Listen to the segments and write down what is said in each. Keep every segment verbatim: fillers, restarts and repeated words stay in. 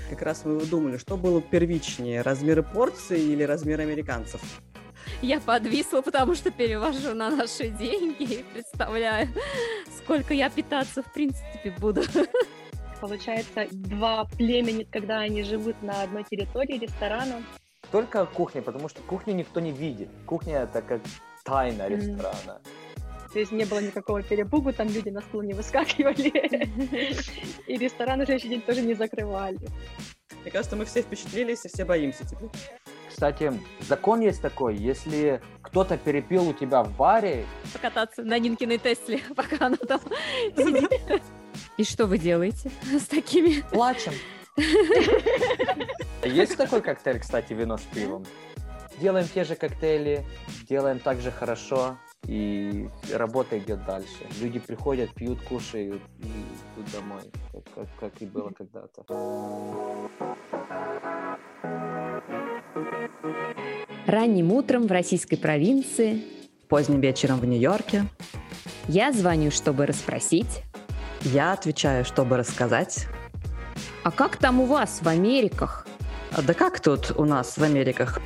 Как раз мы думали, что было первичнее, размеры порции или размеры американцев? Я подвисла, потому что перевожу на наши деньги и представляю, сколько я питаться в принципе буду. Получается, два племени, когда они живут на одной территории ресторана. Только кухня, потому что кухню никто не видит. Кухня — это как тайна ресторана. Mm. То есть не было никакого перепугу, там люди на стол не выскакивали. И ресторан на следующий день тоже не закрывали. Мне кажется, мы все впечатлились и все боимся теперь. Кстати, закон есть такой, если кто-то перепил у тебя в баре... Покататься на Нинкиной Тесле, пока она там сидит. И что вы делаете с такими? Плачем. Есть такой коктейль, кстати, вино с пивом. Делаем те же коктейли, делаем так же хорошо, и работа идет дальше. Люди приходят, пьют, кушают и идут домой, как, как, как и было когда-то. Ранним утром в российской провинции, поздним вечером в Нью-Йорке. Я звоню, чтобы расспросить. Я отвечаю, чтобы рассказать. А как там у вас в Америках? А да как тут у нас в Америках?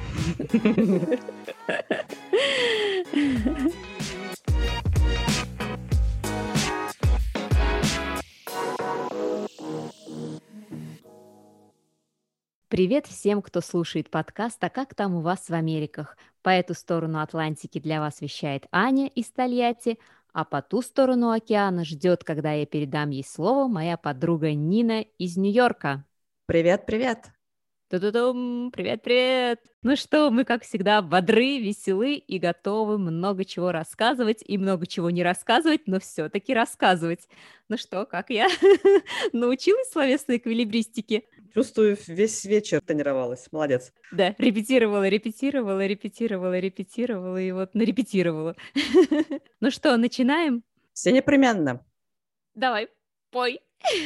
Привет всем, кто слушает подкаст «А как там у вас в Америках?». По эту сторону Атлантики для вас вещает Аня из Тольятти, а по ту сторону океана ждет, когда я передам ей слово, моя подруга Нина из Нью-Йорка. Привет, привет. Ту-ту-тум, привет-привет! Ну что, мы, как всегда, бодры, веселы и готовы много чего рассказывать и много чего не рассказывать, но все-таки рассказывать. Ну что, как я? Научилась словесной эквилибристике? Чувствую, весь вечер тренировалась. Молодец. Да, репетировала, репетировала, репетировала, репетировала и вот нарепетировала. Ну что, начинаем? Все непременно. Давай, пой.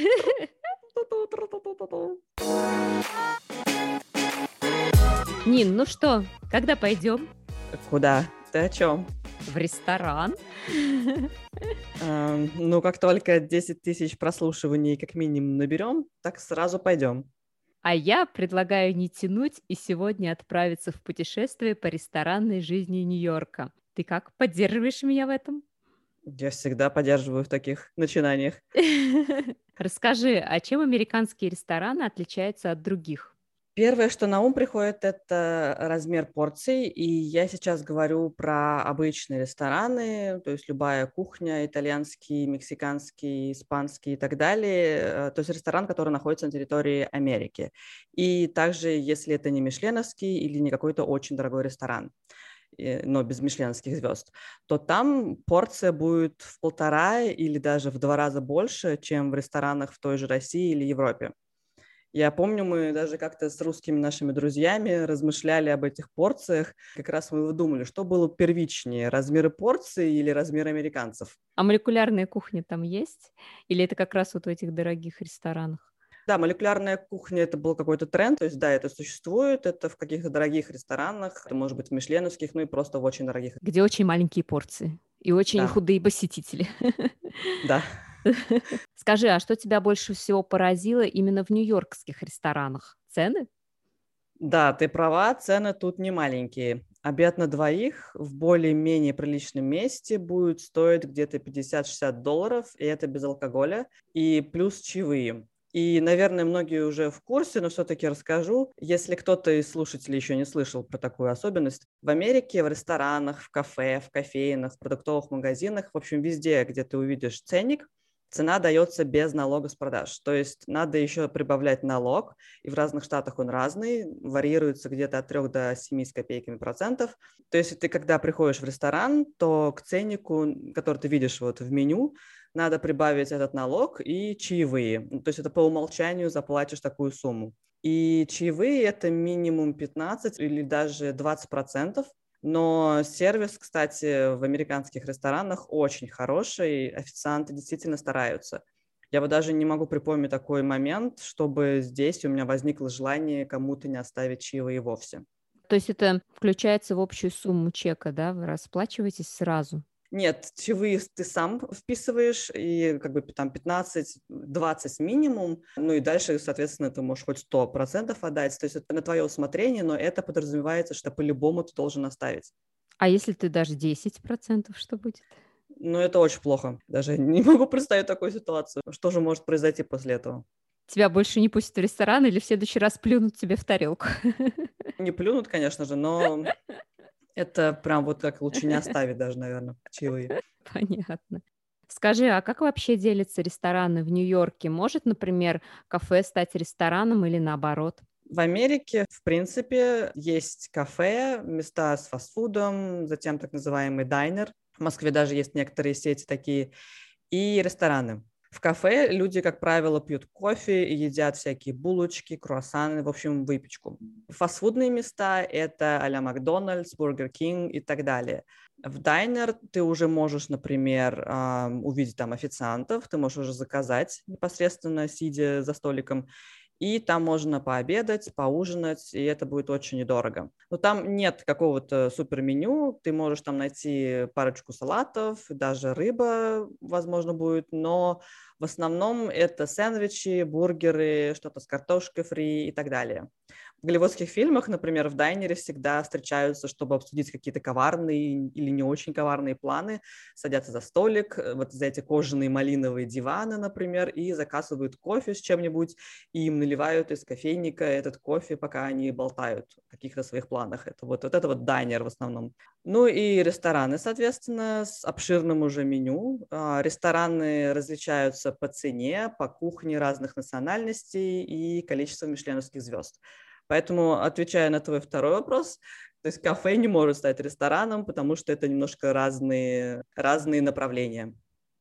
Нин, ну что, когда пойдем? Куда? Ты о чем? В ресторан. Э, ну, как только десять тысяч прослушиваний как минимум наберем, так сразу пойдем. А я предлагаю не тянуть и сегодня отправиться в путешествие по ресторанной жизни Нью-Йорка. Ты как, поддерживаешь меня в этом? Я всегда поддерживаю в таких начинаниях. Расскажи, а чем американские рестораны отличаются от других? Первое, что на ум приходит, это размер порций, и я сейчас говорю про обычные рестораны, то есть любая кухня, итальянский, мексиканский, испанский и так далее, то есть ресторан, который находится на территории Америки. И также, если это не мишленовский или не какой-то очень дорогой ресторан, но без мишленовских звезд, то там порция будет в полтора или даже в два раза больше, чем в ресторанах в той же России или Европе. Я помню, мы даже как-то с русскими нашими друзьями размышляли об этих порциях. Как раз мы думали, что было первичнее, размеры порций или размеры американцев. А молекулярная кухня там есть? Или это как раз вот в этих дорогих ресторанах? Да, молекулярная кухня – это был какой-то тренд, то есть да, это существует, это в каких-то дорогих ресторанах, это может быть в мишленовских, ну и просто в очень дорогих. Где очень маленькие порции и очень Да. худые посетители. Да. Скажи, а что тебя больше всего поразило именно в нью-йоркских ресторанах? Цены? Да, ты права, цены тут не маленькие. Обед на двоих в более-менее приличном месте будет стоить где-то пятьдесят-шестьдесят долларов, и это без алкоголя, и плюс чаевые. И, наверное, многие уже в курсе, но все-таки расскажу, если кто-то из слушателей еще не слышал про такую особенность. В Америке в ресторанах, в кафе, в кофейнях, в продуктовых магазинах, в общем, везде, где ты увидишь ценник, цена дается без налога с продаж. То есть надо еще прибавлять налог, и в разных штатах он разный, варьируется где-то от трёх до семи с копейками процентов. То есть ты, когда приходишь в ресторан, то к ценнику, который ты видишь вот в меню, надо прибавить этот налог и чаевые. То есть это по умолчанию заплатишь такую сумму. И чаевые – это минимум пятнадцать или даже двадцать процентов. Но сервис, кстати, в американских ресторанах очень хороший, официанты действительно стараются. Я вот даже не могу припомнить такой момент, чтобы здесь у меня возникло желание кому-то не оставить чаевые вовсе. То есть это включается в общую сумму чека, да? Вы расплачиваетесь сразу? Нет, чаевые ты сам вписываешь, и как бы там пятнадцать-двадцать минимум, ну и дальше, соответственно, ты можешь хоть сто процентов отдать, то есть это на твое усмотрение, но это подразумевается, что по-любому ты должен оставить. А если ты даже десять процентов, что будет? Ну, это очень плохо. Даже не могу представить такую ситуацию. Что же может произойти после этого? Тебя больше не пустят в ресторан или в следующий раз плюнут тебе в тарелку? Не плюнут, конечно же, но это прям вот как лучше не оставить даже, наверное, чаевые. Понятно. Скажи, а как вообще делятся рестораны в Нью-Йорке? Может, например, кафе стать рестораном или наоборот? В Америке, в принципе, есть кафе, места с фастфудом, затем так называемый дайнер. В Москве даже есть некоторые сети такие, и рестораны. В кафе люди, как правило, пьют кофе и едят всякие булочки, круассаны, в общем, выпечку. Фастфудные места – это а-ля Макдональдс, Бургер Кинг и так далее. В дайнер ты уже можешь, например, увидеть там официантов, ты можешь уже заказать непосредственно, сидя за столиком, и там можно пообедать, поужинать, и это будет очень недорого. Но там нет какого-то суперменю, ты можешь там найти парочку салатов, даже рыба, возможно, будет, но в основном это сэндвичи, бургеры, что-то с картошкой фри и так далее. В голливудских фильмах, например, в дайнере всегда встречаются, чтобы обсудить какие-то коварные или не очень коварные планы, садятся за столик, вот за эти кожаные малиновые диваны, например, и заказывают кофе с чем-нибудь, и им наливают из кофейника этот кофе, пока они болтают о каких-то своих планах. Это вот, вот это вот дайнер в основном. Ну и рестораны, соответственно, с обширным уже меню. Рестораны различаются по цене, по кухне разных национальностей и количеству мишленовских звезд. Поэтому, отвечая на твой второй вопрос, то есть кафе не может стать рестораном, потому что это немножко разные, разные направления.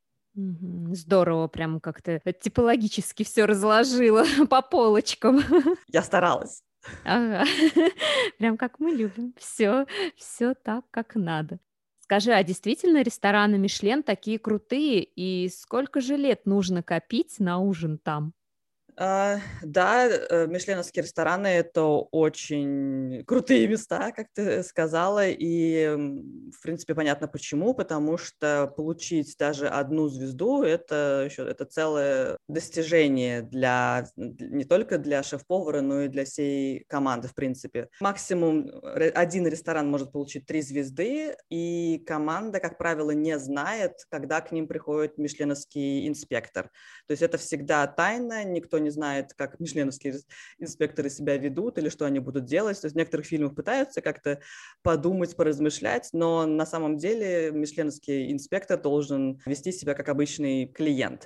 Здорово, прям как-то типологически все разложила по полочкам. Я старалась. Ага. Прям как мы любим. Все, все так, как надо. Скажи, а действительно рестораны Мишлен такие крутые? И сколько же лет нужно копить на ужин там? Uh, да, мишленовские рестораны – это очень крутые места, как ты сказала, и, в принципе, понятно почему, потому что получить даже одну звезду – это еще это целое достижение для, не только для шеф-повара, но и для всей команды, в принципе. Максимум один ресторан может получить три звезды, и команда, как правило, не знает, когда к ним приходит мишленовский инспектор. То есть это всегда тайна, никто не знает, как мишленовские инспекторы себя ведут или что они будут делать. То есть в некоторых фильмах пытаются как-то подумать, поразмышлять, но на самом деле мишленовский инспектор должен вести себя как обычный клиент.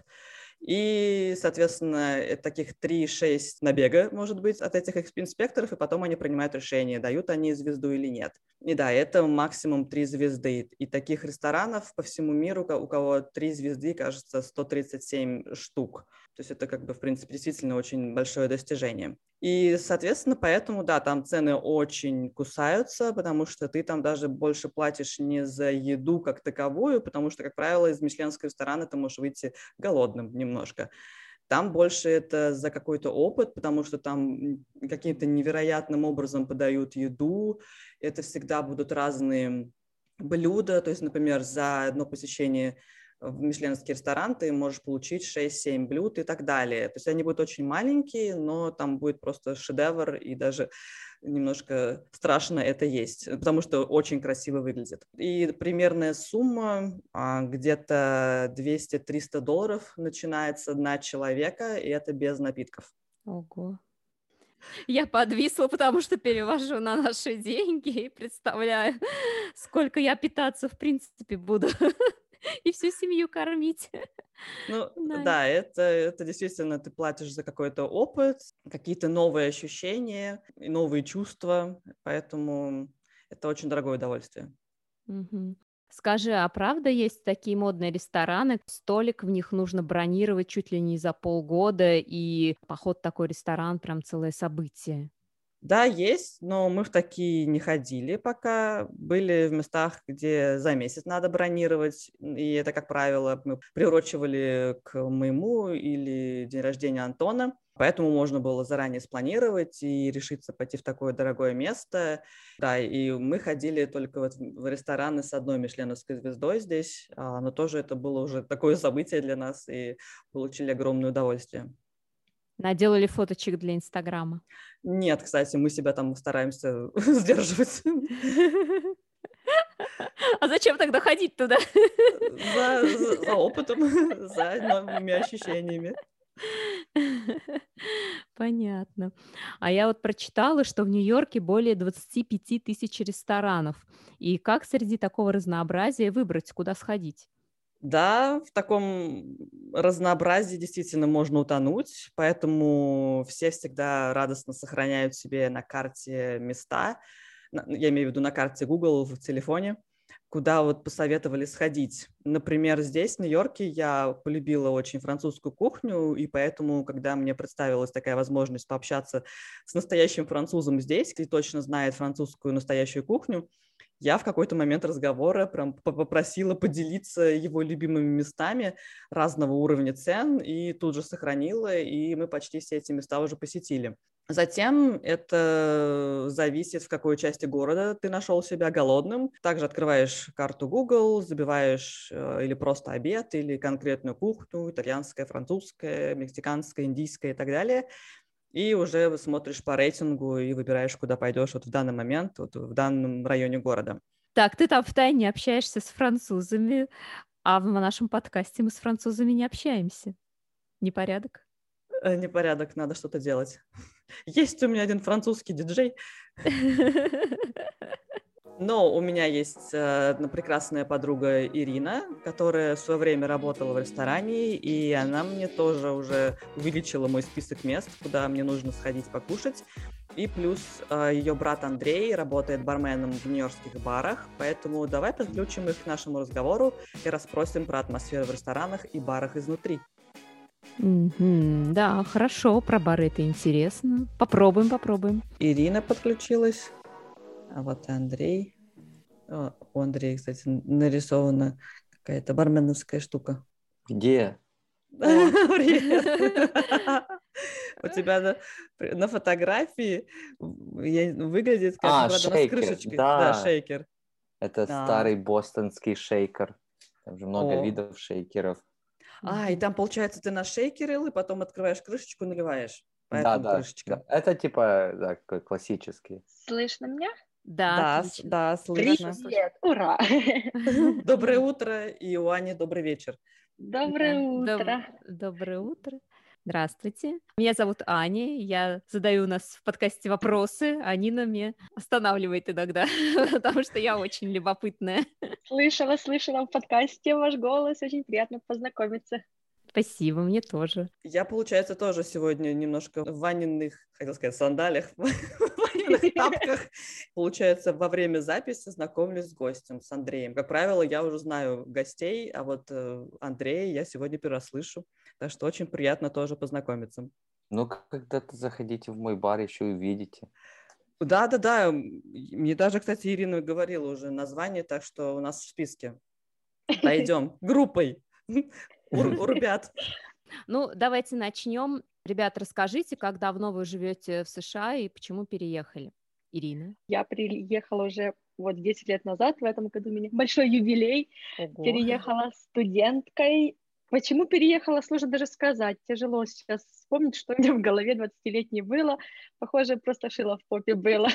И, соответственно, таких три-шесть набега, может быть, от этих инспекторов, и потом они принимают решение, дают они звезду или нет. И да, это максимум три звезды. И таких ресторанов по всему миру, у кого три звезды, кажется, сто тридцать семь штук. То есть это, как бы, в принципе, действительно очень большое достижение. И, соответственно, поэтому, да, там цены очень кусаются, потому что ты там даже больше платишь не за еду как таковую, потому что, как правило, из мишленского ресторана ты можешь выйти голодным немножко. Там больше это за какой-то опыт, потому что там каким-то невероятным образом подают еду. Это всегда будут разные блюда. То есть, например, за одно посещение в мишленовский ресторан ты можешь получить шесть-семь блюд и так далее. То есть они будут очень маленькие, но там будет просто шедевр, и даже немножко страшно это есть, потому что очень красиво выглядит. И примерная сумма где-то двести-триста долларов начинается на человека, и это без напитков. Ого. Я подвисла, потому что перевожу на наши деньги и представляю, сколько я питаться в принципе буду. И всю семью кормить. Ну, nice. Да, это, это действительно ты платишь за какой-то опыт, какие-то новые ощущения, новые чувства, поэтому это очень дорогое удовольствие. Угу. Скажи, а правда есть такие модные рестораны, столик в них нужно бронировать чуть ли не за полгода, и поход в такой ресторан прям целое событие? Да, есть, но мы в такие не ходили пока. Были в местах, где за месяц надо бронировать, и это, как правило, мы приурочивали к моему или день рождения Антона. Поэтому можно было заранее спланировать и решиться пойти в такое дорогое место. Да, и мы ходили только вот в рестораны с одной мишленовской звездой здесь, но тоже это было уже такое событие для нас, и получили огромное удовольствие. Наделали фоточек для Инстаграма? Нет, кстати, мы себя там стараемся сдерживать. А зачем тогда ходить туда? За, за, за опытом, за новыми ощущениями. Понятно. А я вот прочитала, что в Нью-Йорке более двадцать пять тысяч ресторанов. И как среди такого разнообразия выбрать, куда сходить? Да, в таком разнообразии действительно можно утонуть, поэтому все всегда радостно сохраняют себе на карте места, я имею в виду на карте Google в телефоне, куда вот посоветовали сходить. Например, здесь, в Нью-Йорке, я полюбила очень французскую кухню, и поэтому, когда мне представилась такая возможность пообщаться с настоящим французом здесь, который точно знает французскую настоящую кухню, я в какой-то момент разговора прям попросила поделиться его любимыми местами разного уровня цен, и тут же сохранила, и мы почти все эти места уже посетили. Затем это зависит, в какой части города ты нашел себя голодным. Также открываешь карту Google, забиваешь э, или просто обед, или конкретную кухню, итальянская, французская, мексиканская, индийская и так далее. И уже смотришь по рейтингу и выбираешь, куда пойдешь вот в данный момент, вот в данном районе города. Так, ты там втайне общаешься с французами, а в нашем подкасте мы с французами не общаемся. Непорядок? Непорядок, надо что-то делать. Есть у меня один французский диджей. Но у меня есть э, прекрасная подруга Ирина, которая в свое время работала в ресторане, и она мне тоже уже увеличила мой список мест, куда мне нужно сходить покушать. И плюс э, ее брат Андрей работает барменом в нью-йоркских барах, поэтому давай подключим их к нашему разговору и расспросим про атмосферу в ресторанах и барах изнутри. Mm-hmm. Да, хорошо, про бары это интересно. Попробуем, попробуем. Ирина подключилась. А вот Андрей. О, у Андрея, кстати, нарисована какая-то барменовская штука. Где? Привет. У тебя на фотографии выглядит как с крышечкой. Да, шейкер. Это старый бостонский шейкер. Там же много видов шейкеров. А, и там, получается, ты на шейкерил, и потом открываешь крышечку, наливаешь. Да, да, да. Это типа да, классический. Слышно меня? Да, да, да, слышно. Привет, ура! Доброе утро, и у Ани добрый вечер. Доброе да. утро. Доб- доброе утро. Здравствуйте. Меня зовут Аня, я задаю у нас в подкасте вопросы, а Нина меня останавливает иногда, потому что я очень любопытная. Слышала, слышала в подкасте ваш голос, очень приятно познакомиться. Спасибо, мне тоже. Я, получается, тоже сегодня немножко в ванниных, хотел сказать, сандалиях, в ванниных тапках. Получается, во время записи знакомлюсь с гостем, с Андреем. Как правило, я уже знаю гостей, а вот Андрея я сегодня первый раз слышу. Так что очень приятно тоже познакомиться. Ну, когда-то заходите в мой бар, еще увидите. Да-да-да, мне даже, кстати, Ирина говорила уже название, так что у нас в списке. Пойдем группой. У, у ребят. Ну, давайте начнем. Ребят, расскажите, как давно вы живете в США и почему переехали? Ирина. Я приехала уже вот десять лет назад, в этом году у меня большой юбилей. Ого. Переехала студенткой. Почему переехала, сложно даже сказать. Тяжело сейчас вспомнить, что у меня в голове двадцатилетней было. Похоже, просто шило в попе было.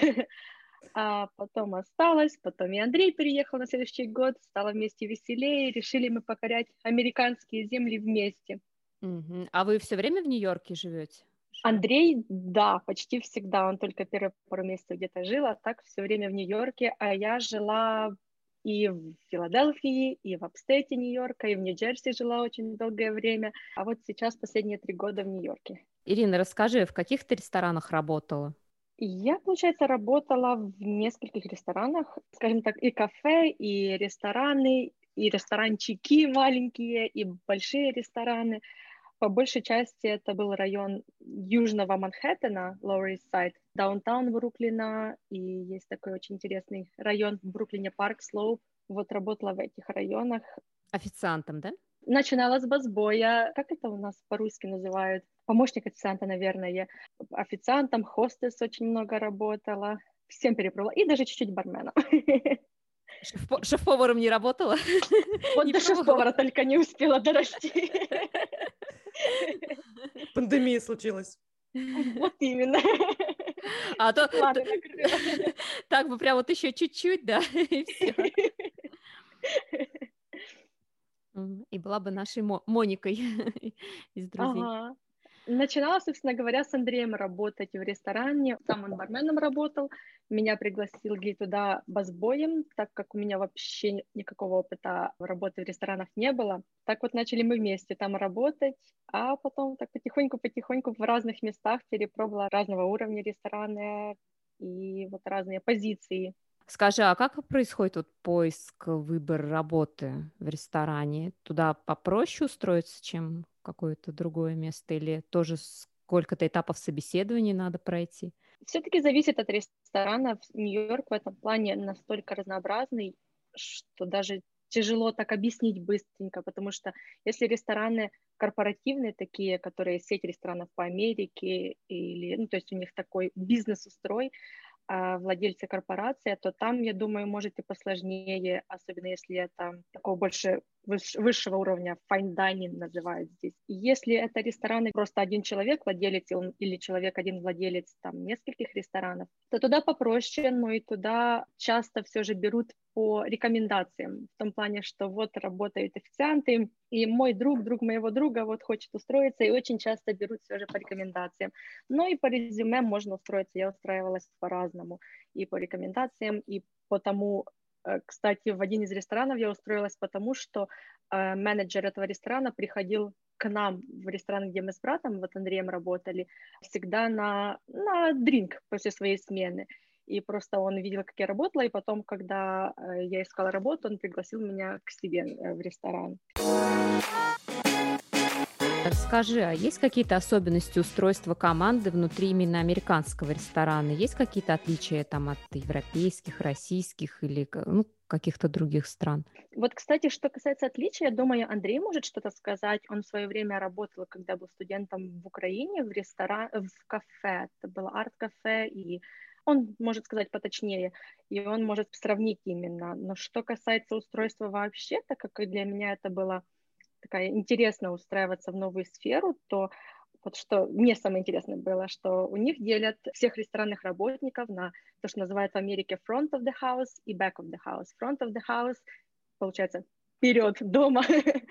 А потом осталась, потом и Андрей переехал на следующий год, стало вместе веселее, решили мы покорять американские земли вместе. Угу. А вы все время в Нью-Йорке живете? Андрей, да, почти всегда, он только первые пару месяцев где-то жил, а так все время в Нью-Йорке, а я жила и в Филадельфии, и в апстейте Нью-Йорка, и в Нью-Джерси жила очень долгое время, а вот сейчас последние три года в Нью-Йорке. Ирина, расскажи, в каких ты ресторанах работала? Я, получается, работала в нескольких ресторанах, скажем так, и кафе, и рестораны, и ресторанчики маленькие, и большие рестораны. По большей части это был район южного Манхэттена, Lower East Side, даунтаун Бруклина, и есть такой очень интересный район в Бруклине, Парк Слоуп. Вот работала в этих районах. Официантом, да? Начинала с басбоя. Как это у нас по-русски называют? Помощник официанта, наверное. Официантом, хостес очень много работала. Всем перепробовала. И даже чуть-чуть барменом. Шеф- шеф-поваром не работала? Вот Не до пробовала? шеф-повара только не успела дорасти. Пандемия случилась. Вот именно. А то Планы накрыла. так бы прям вот еще чуть-чуть, да, и все. И была бы нашей Мо- Моникой из друзей. Ага. Начинала, собственно говоря, с Андреем работать в ресторане. Там он барменом работал. Меня пригласил Гей туда басбоем, так как у меня вообще никакого опыта работы в ресторанах не было. Так вот начали мы вместе там работать, а потом так потихоньку-потихоньку в разных местах перепробовала разного уровня рестораны и вот разные позиции. Скажи, а как происходит вот поиск, выбор работы в ресторане? Туда попроще устроиться, чем в какое-то другое место? Или тоже сколько-то этапов собеседований надо пройти? Все-таки зависит от ресторана. Нью-Йорк в этом плане настолько разнообразный, что даже тяжело так объяснить быстренько, потому что если рестораны корпоративные такие, которые сеть ресторанов по Америке, или, ну, то есть у них такой бизнес-устрой, владельцы корпорации, то там, я думаю, может и посложнее, особенно если это такого больше высшего уровня, fine dining называют здесь. Если это рестораны, просто один человек владелец или человек один владелец там нескольких ресторанов, то туда попроще, но и туда часто все же берут по рекомендациям, в том плане, что вот работают официанты, и мой друг, друг моего друга вот хочет устроиться, и очень часто берут все же по рекомендациям. Но и по резюме можно устроиться, я устраивалась по-разному, и по рекомендациям, и по тому, кстати, в один из ресторанов я устроилась потому, что э, менеджер этого ресторана приходил к нам в ресторан, где мы с братом, вот Андреем работали, всегда на, на дринк после своей смены. И просто он видел, как я работала, и потом, когда э, я искала работу, он пригласил меня к себе э, в ресторан. Расскажи, а есть какие-то особенности устройства команды внутри именно американского ресторана? Есть какие-то отличия там от европейских, российских или ну, каких-то других стран? Вот, кстати, что касается отличий, я думаю, Андрей может что-то сказать. Он в свое время работал, когда был студентом в Украине, в ресторан, в кафе. Это было арт-кафе, и он может сказать поточнее, и он может сравнить именно. Но что касается устройства вообще, так как и для меня это было такая интересно устраиваться в новую сферу, то вот что мне самое интересное было, что у них делят всех ресторанных работников на то, что называют в Америке front of the house и back of the house. Front of the house, получается, вперед дома.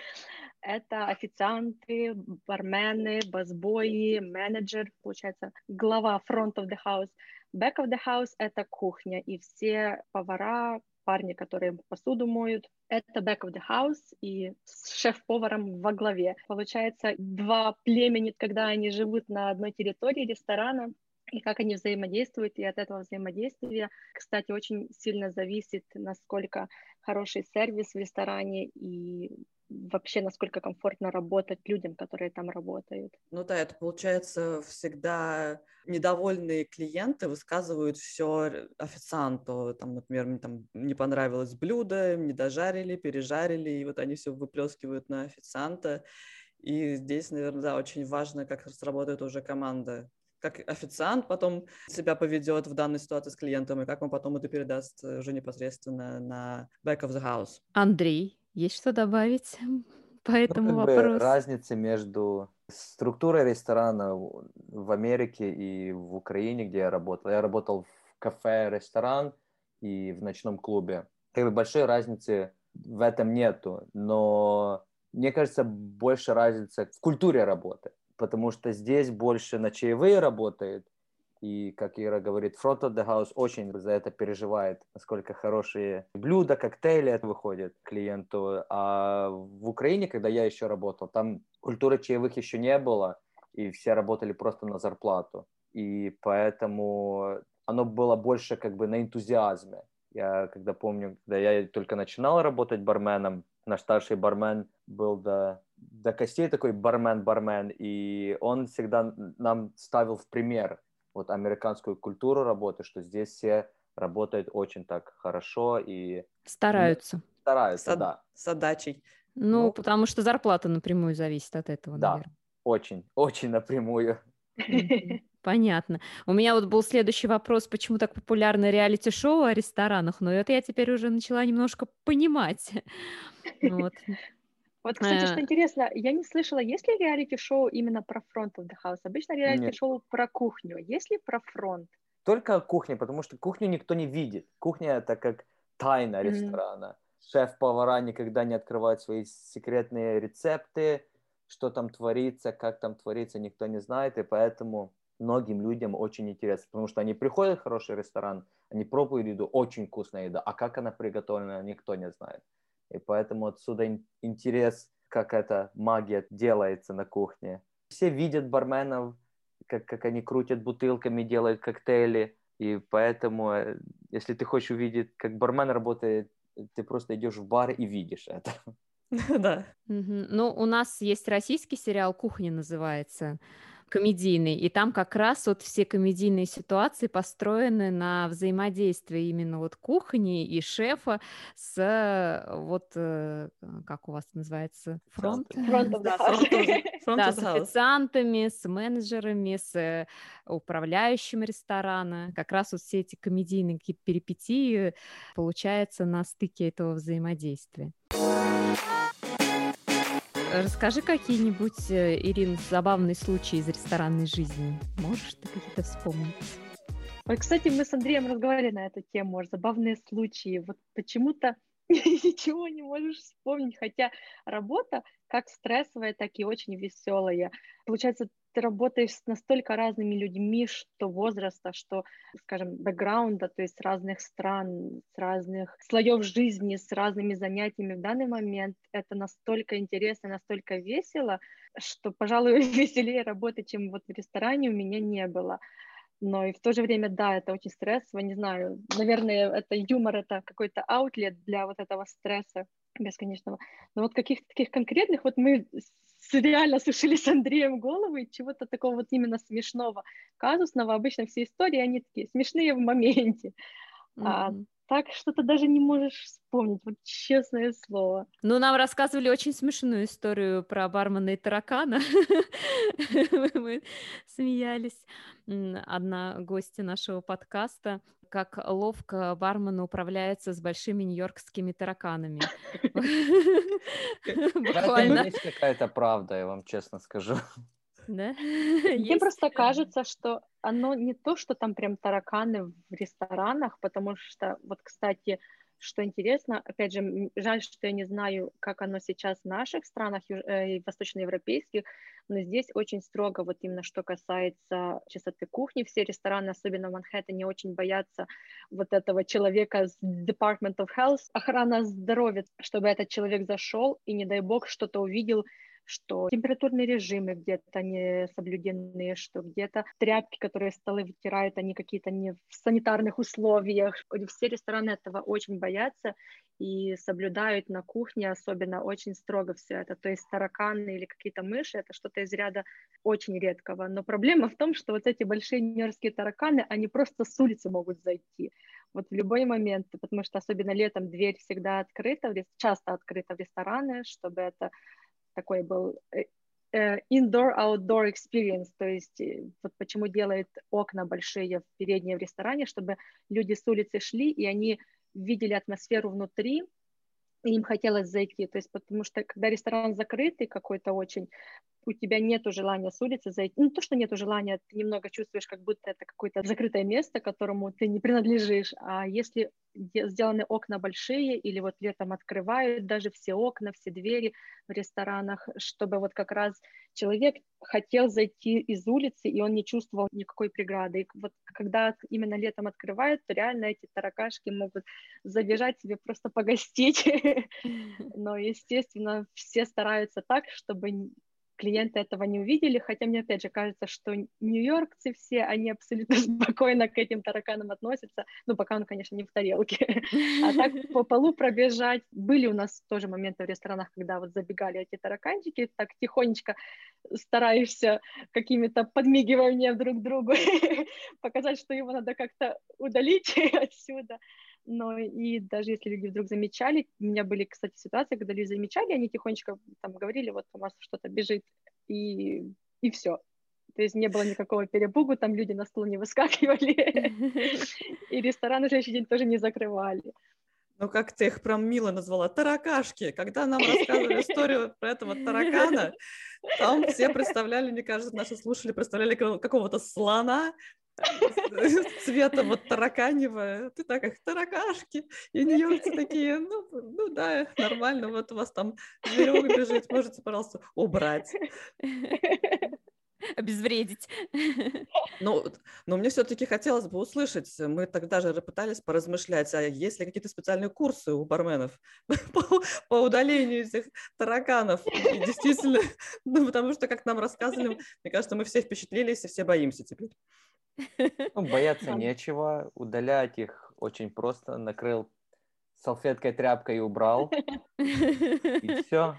Это официанты, бармены, басбои, менеджер, получается, глава front of the house. Back of the house — это кухня, и все повара, парни, которые посуду моют, это back of the house и с шеф-поваром во главе. Получается, два племени, когда они живут на одной территории ресторана, и как они взаимодействуют, и от этого взаимодействия, кстати, очень сильно зависит, насколько хороший сервис в ресторане и вообще насколько комфортно работать людям, которые там работают. Ну да, это получается всегда недовольные клиенты высказывают все официанту. Там, например, мне там не понравилось блюдо, не дожарили, пережарили, и вот они все выплескивают на официанта. И здесь, наверное, да, очень важно, как сработает уже команда. Как официант потом себя поведет в данной ситуации с клиентом, и как он потом это передаст уже непосредственно на back of the house. Андрей, есть что добавить по этому ну, как вопросу? бы разница между структурой ресторана в Америке и в Украине, где я работал. Я работал в кафе, ресторан и в ночном клубе. Как бы большой разницы в этом нету, но мне кажется, больше разница в культуре работы, потому что здесь больше на чаевые работает, и, как Ира говорит, front of the house очень за это переживает, насколько хорошие блюда, коктейли выходят клиенту. А в Украине, когда я еще работал, там культуры чаевых еще не было, и все работали просто на зарплату. И поэтому оно было больше как бы на энтузиазме. Я когда помню, когда я только начинал работать барменом, наш старший бармен был до, до костей такой бармен-бармен, и он всегда нам ставил в пример вот американскую культуру работы, что здесь все работают очень так хорошо и стараются. Стараются, с, да. С отдачей. Ну, Ну, потому что зарплата напрямую зависит от этого, да, наверное. очень, очень напрямую. Мгм. Понятно. У меня вот был следующий вопрос, почему так популярны реалити-шоу о ресторанах, но это я теперь уже начала немножко понимать. Вот. Вот, кстати, что Э, интересно, я не слышала, есть ли реалити-шоу именно про front of the house? Обычно Нет. реалити-шоу про кухню. Есть ли про фронт? Только кухня, потому что кухню никто не видит. Кухня это как тайна Мгм. ресторана. Шеф-повара никогда не открывают свои секретные рецепты, что там творится, как там творится, никто не знает, и поэтому многим людям очень интересно, потому что они приходят в хороший ресторан, они пробуют еду, очень вкусная еда, а как она приготовлена, никто не знает. И поэтому отсюда ин- интерес, как эта магия делается на кухне. Все видят барменов, как, как они крутят бутылками, делают коктейли. И поэтому, э, если ты хочешь увидеть, как бармен работает, ты просто идешь в бар и видишь это. Да. мгм. Ну, у нас есть российский сериал «Кухня» называется, комедийный, и там как раз вот все комедийные ситуации построены на взаимодействии именно вот кухни и шефа с э, вот, э, как у вас называется, фронт? Front of the Да, house. front of, front Да, of с the house. официантами, с менеджерами, с э, управляющим ресторана. Как раз вот все эти комедийные какие-то перипетии получаются на стыке этого взаимодействия. Расскажи какие-нибудь, э, Ирин, забавные случаи из ресторанной жизни. Можешь ты какие-то вспомнить? Ой, кстати, мы с Андреем разговаривали на эту тему, может, забавные случаи. Вот почему-то ничего не можешь вспомнить, хотя работа как стрессовая, так и очень веселая. Получается, ты работаешь с настолько разными людьми, что возраста, что, скажем, бэкграунда, то есть с разных стран, с разных слоев жизни, с разными занятиями в данный момент. Это настолько интересно, настолько весело, что, пожалуй, веселее работы, чем вот в ресторане у меня не было. Но и в то же время, да, это очень стрессово, не знаю, наверное, это юмор, это какой-то аутлет для вот этого стресса бесконечного. Но вот каких-то таких конкретных, вот мы с- реально сушили с Андреем головы, и чего-то такого вот именно смешного, казусного, обычно все истории, они такие смешные в моменте, а Мгм. так что-то даже не можешь вспомнить, вот честное слово. Ну, нам рассказывали очень смешную историю про бармена и таракана. Мы смеялись. М, Одна гостья нашего подкаста, как ловко бармен управляется с большими нью-йоркскими тараканами. В этом Буквально, есть какая-то правда, я вам честно скажу. да? Мне Есть. просто кажется, что оно не то, что там прям тараканы в ресторанах, потому что, вот, кстати, что интересно, опять же, м, жаль, что я не знаю, как оно сейчас в наших странах, юж- э, и восточноевропейских, но здесь очень строго, вот именно что касается чистоты кухни, все рестораны, особенно в Манхэттене, очень боятся вот этого человека с Department of Health, охрана здоровья, чтобы этот человек зашел и, не дай бог, что-то увидел, что температурные режимы где-то не соблюдены, что где-то тряпки, которые столы вытирают, они какие-то не в санитарных условиях. Все рестораны этого очень боятся и соблюдают на кухне особенно очень строго все это. То есть тараканы или какие-то мыши — это что-то из ряда очень редкого. Но проблема в том, что вот эти большие нью-йоркские тараканы, они просто с улицы могут зайти. Вот в любой момент, потому что особенно летом дверь всегда открыта, часто открыта в рестораны, чтобы это такой был indoor-outdoor experience, то есть вот почему делает окна большие в передние в ресторане, чтобы люди с улицы шли, и они видели атмосферу внутри, и им хотелось зайти, то есть потому что когда ресторан закрытый какой-то очень, у тебя нету желания с улицы зайти. Ну, то, что нету желания, ты немного чувствуешь, как будто это какое-то закрытое место, которому ты не принадлежишь. А если сделаны окна большие или вот летом открывают даже все окна, все двери в ресторанах, чтобы вот как раз человек хотел зайти из улицы, и он не чувствовал никакой преграды. И вот когда именно летом открывают, то реально эти таракашки могут забежать себе просто погостить. Но, естественно, все стараются так, чтобы клиенты этого не увидели, хотя мне опять же кажется, что нью-йоркцы все, они абсолютно спокойно к этим тараканам относятся, ну, пока он, конечно, не в тарелке. А так по полу пробежать. Были у нас тоже моменты в ресторанах, когда вот забегали эти тараканчики, так тихонечко стараешься какими-то подмигиваниями друг другу показать, что его надо как-то удалить отсюда. но и даже если люди вдруг замечали, у меня были, кстати, ситуации, когда люди замечали, они тихонечко там говорили, вот у вас что-то бежит, и, и все. То есть не было никакого перепугу, там люди на стол не выскакивали, и рестораны на следующий день тоже не закрывали. Ну, как ты их прям мило назвала, таракашки. Когда нам рассказывали историю про этого таракана, там все представляли, мне кажется, наши слушатели представляли какого-то слона цвета вот тараканевого. Ты так, их таракашки. И нью-йоркцы такие, ну, ну да, нормально, вот у вас там зверек бежит, можете, пожалуйста, убрать. Обезвредить. Ну, но мне все-таки хотелось бы услышать, мы тогда же пытались поразмышлять, а есть ли какие-то специальные курсы у барменов по, по удалению этих тараканов? И действительно, ну, потому что, как нам рассказывали, мне кажется, мы все впечатлились и все боимся теперь. Ну, бояться нечего, удалять их очень просто, накрыл салфеткой, тряпкой и убрал, и все.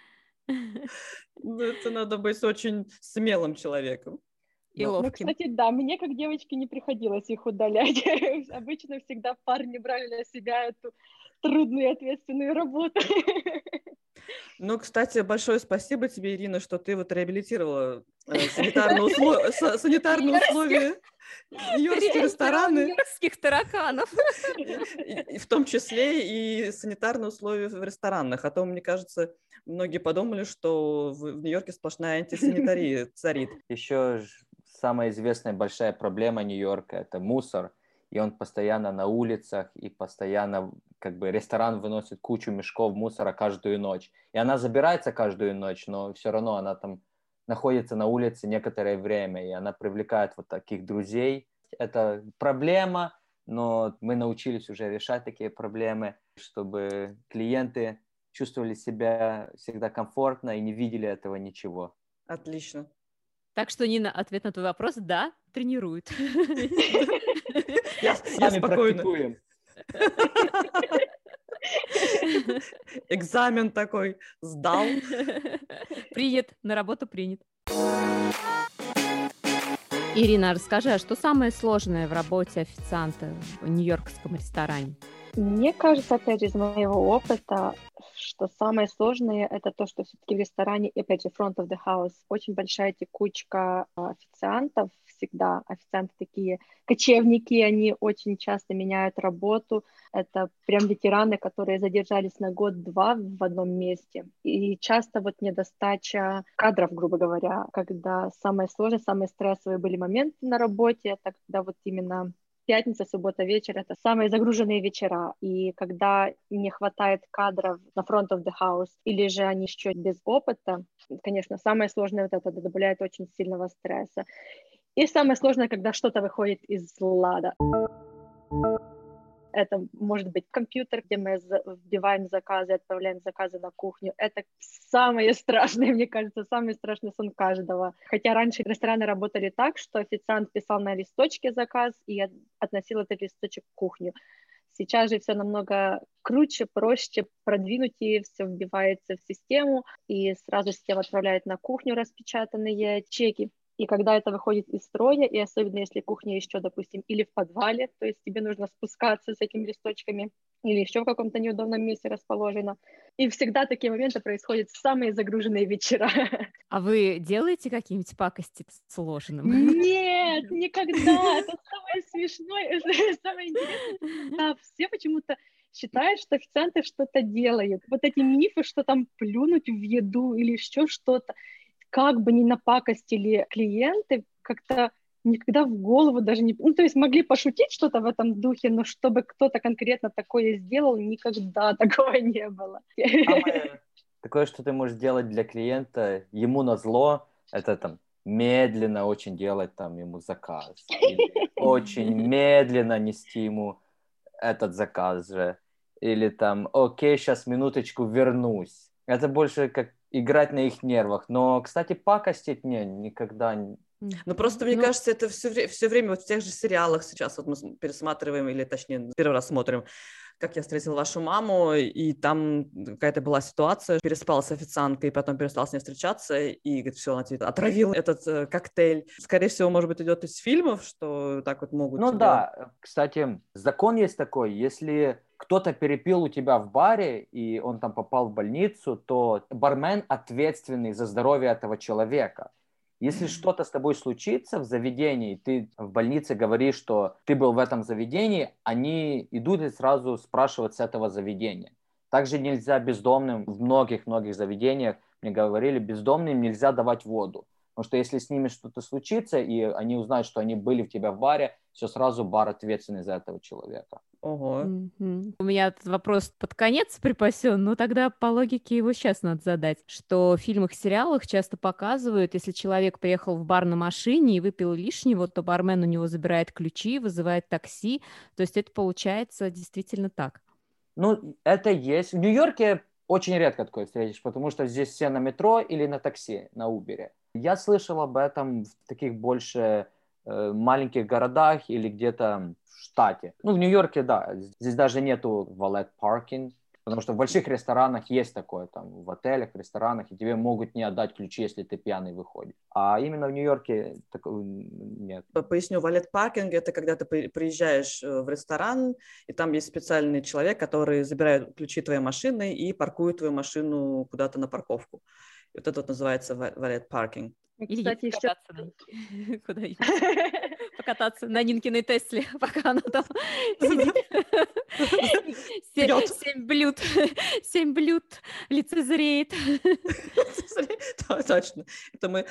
Ну, это надо быть очень смелым человеком. И ну, ловким. Ну, кстати, да, мне как девочке не приходилось их удалять. Обычно всегда парни брали на себя эту трудную и ответственную работу. Ну, кстати, большое спасибо тебе, Ирина, что ты вот реабилитировала э, санитарные, услов... санитарные условия, нью-йоркские рестораны. Нью-йоркских тараканов. И, в том числе и санитарные условия в ресторанах. А то, мне кажется, многие подумали, что в, в Нью-Йорке сплошная антисанитария царит. Еще самая известная большая проблема Нью-Йорка – это мусор. И он постоянно на улицах, и постоянно как бы ресторан выносит кучу мешков мусора каждую ночь. И она забирается каждую ночь, но все равно она там находится на улице некоторое время, и она привлекает вот таких друзей. Это проблема, но мы научились уже решать такие проблемы, чтобы клиенты чувствовали себя всегда комфортно и не видели этого ничего. Отлично. Так что, Нина, ответ на твой вопрос – да, тренируют. Я, я спокойно. Практикуем. Экзамен такой сдал. Принят, на работу принят. Ирина, расскажи, а что самое сложное в работе официанта в нью-йоркском ресторане? Мне кажется, опять же, из моего опыта, что самое сложное – это то, что все-таки в ресторане, и опять же, front of the house, очень большая текучка официантов всегда. Официанты такие кочевники, они очень часто меняют работу. Это прям ветераны, которые задержались на год-два в одном месте. И часто вот недостача кадров, грубо говоря, когда самое сложное, самые стрессовые были моменты на работе, это когда вот именно пятница, суббота, вечер — это самые загруженные вечера, и когда не хватает кадров на front of the house, или же они еще без опыта, конечно, самое сложное вот это добавляет очень сильного стресса. И самое сложное, когда что-то выходит из лада. Это может быть компьютер, где мы вбиваем заказы, отправляем заказы на кухню. Это самое страшное, мне кажется, самый страшный сон каждого. Хотя раньше рестораны работали так, что официант писал на листочке заказ и относил этот листочек в кухню. Сейчас же все намного круче, проще, продвинутее, все вбивается в систему, и сразу система отправляет на кухню распечатанные чеки. И когда это выходит из строя, и особенно если кухня еще, допустим, или в подвале, то есть тебе нужно спускаться с этими листочками, или еще в каком-то неудобном месте расположено. И всегда такие моменты происходят в самые загруженные вечера. А вы делаете какие-нибудь пакости сложным? Нет, никогда. Это самое смешное, самое интересное. Да, все почему-то считают, что официанты что-то делают. Вот эти мифы, что там плюнуть в еду или еще что-то, как бы ни напакостили клиенты, как-то никогда в голову даже не... Ну, то есть могли пошутить что-то в этом духе, но чтобы кто-то конкретно такое сделал, никогда такого не было. Самое такое, что ты можешь делать для клиента, ему назло, это там медленно очень делать там ему заказ. Или очень медленно нести ему этот заказ же. Или там, окей, сейчас минуточку вернусь. Это больше как играть на их нервах. Но, кстати, пакостить не, никогда не. Ну, просто, мне ну, кажется, это все, вре- все время вот в тех же сериалах сейчас вот мы пересматриваем, или точнее, первый раз смотрим, как я встретил вашу маму, и там какая-то была ситуация, переспал с официанткой, потом перестал с ней встречаться, и говорит, все, она тебе отравил этот э, коктейль. Скорее всего, может быть, идет из фильмов, что так вот могут Ну тебе... да, кстати, закон есть такой, если кто-то перепил у тебя в баре, и он там попал в больницу, то бармен ответственный за здоровье этого человека. Если что-то с тобой случится в заведении, ты в больнице говоришь, что ты был в этом заведении, они идут и сразу спрашивают с этого заведения. Также нельзя бездомным в многих-многих заведениях, мне говорили, бездомным нельзя давать воду. Потому что если с ними что-то случится, и они узнают, что они были в тебя в баре, все сразу бар ответственный за этого человека. Ого. Mm-hmm. У меня этот вопрос под конец припасен, но тогда по логике его сейчас надо задать, что в фильмах, сериалах часто показывают, если человек приехал в бар на машине и выпил лишнего, то бармен у него забирает ключи, вызывает такси, то есть это получается действительно так. Ну, это есть. В Нью-Йорке очень редко такое встретишь, потому что здесь все на метро или на такси, на Uber. Я слышал об этом в таких больше э, маленьких городах или где-то в штате. Ну, в Нью-Йорке, да, здесь даже нету valet parking, потому что в больших ресторанах есть такое, там, в отелях, в ресторанах, и тебе могут не отдать ключи, если ты пьяный выходишь. А именно в Нью-Йорке такого нет. Поясню, валет-паркинг — это когда ты приезжаешь в ресторан, и там есть специальный человек, который забирает ключи твоей машины и паркует твою машину куда-то на парковку. И вот это вот называется валет-паркинг. Или Кстати, едет еще... покататься на... куда-нибудь. Покататься на Нинкиной Тесле, пока она там сидит. Семь блюд. Семь блюд лицезреет. Точно. Это мы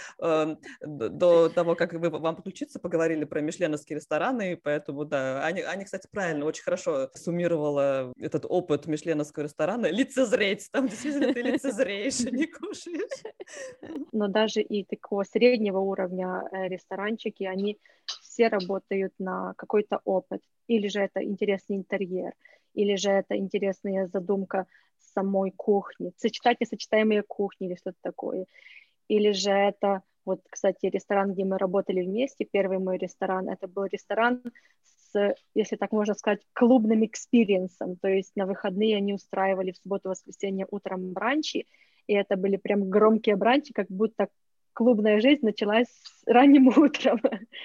до того, как вам подключиться, поговорили про мишленовские рестораны, поэтому, да, Аня, кстати, правильно, очень хорошо суммировала этот опыт мишленовского ресторана. Лицезреть. Там действительно ты лицезреешь, а не кушаешь. Но даже и такого среднего уровня ресторанчики, они все работают на какой-то опыт. Или же это интересный интерьер, или же это интересная задумка самой кухни, сочетать несочетаемые кухни или что-то такое. Или же это, вот, кстати, ресторан, где мы работали вместе, первый мой ресторан, это был ресторан с, если так можно сказать, клубным экспириенсом. То есть на выходные они устраивали в субботу-воскресенье утром бранчи, и это были прям громкие бранчи, как будто клубная жизнь началась ранним утром.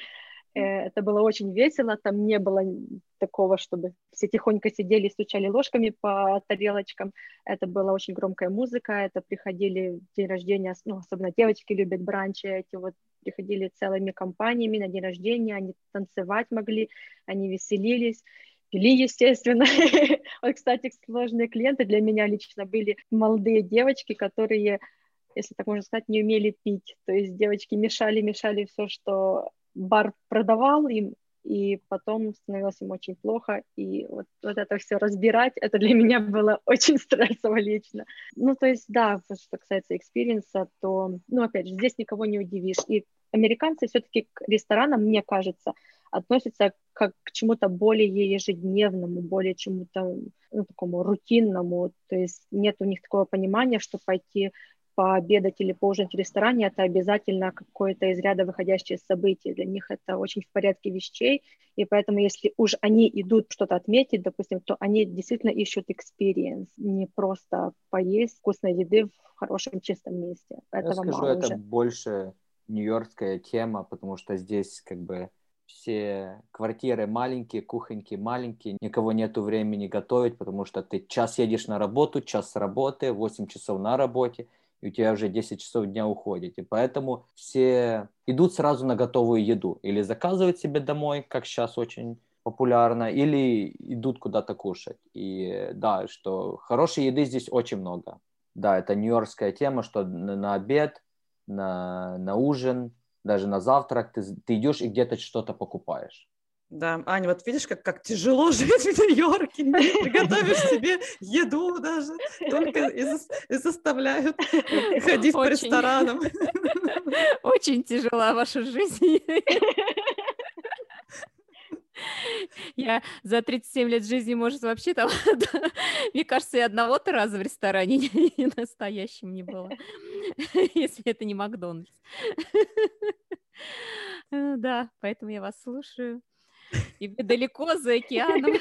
Это было очень весело, там не было такого, чтобы все тихонько сидели и стучали ложками по тарелочкам. Это была очень громкая музыка, это приходили в день рождения, ну, особенно девочки любят бранчи, эти вот приходили целыми компаниями на день рождения, они танцевать могли, они веселились. Пили, естественно. Вот, кстати, сложные клиенты для меня лично были молодые девочки, которые, если так можно сказать, не умели пить. То есть девочки мешали, мешали все, что бар продавал им, и потом становилось им очень плохо, и вот, вот это все разбирать, это для меня было очень стрессово лично. Ну, то есть, да, что касается экспириенса, то, ну, опять же, здесь никого не удивишь. И американцы все-таки к ресторанам, мне кажется, относятся как к чему-то более ежедневному, более чему-то, ну, такому рутинному, то есть нет у них такого понимания, что пойти пообедать или поужинать в ресторане — это обязательно какое-то из ряда выходящее событие. Для них это очень в порядке вещей, и поэтому если уж они идут что-то отметить, допустим, то они действительно ищут experience, не просто поесть вкусной еды в хорошем чистом месте. Этого Я скажу, мало это уже. больше нью-йоркская тема, потому что здесь как бы все квартиры маленькие, кухоньки маленькие, никого нету времени готовить, потому что ты час едешь на работу, час с работы, восемь часов на работе, и у тебя уже десять часов дня уходит. И поэтому все идут сразу на готовую еду. Или заказывают себе домой, как сейчас очень популярно, или идут куда-то кушать. И да, что хорошей еды здесь очень много. Да, это нью-йоркская тема, что на, на обед, на, на ужин, даже на завтрак ты, ты идешь и где-то что-то покупаешь. Да, Аня, вот видишь, как, как тяжело жить в Нью-Йорке, не приготовишь себе еду даже, только и, за, и заставляют ходить очень, по ресторанам. Очень тяжела ваша жизнь. Я за тридцать семь лет жизни, может, вообще там, мне кажется, и одного-то раза в ресторане не настоящем не было, если это не Макдональдс. Да, поэтому я вас слушаю. И вы далеко за океаном.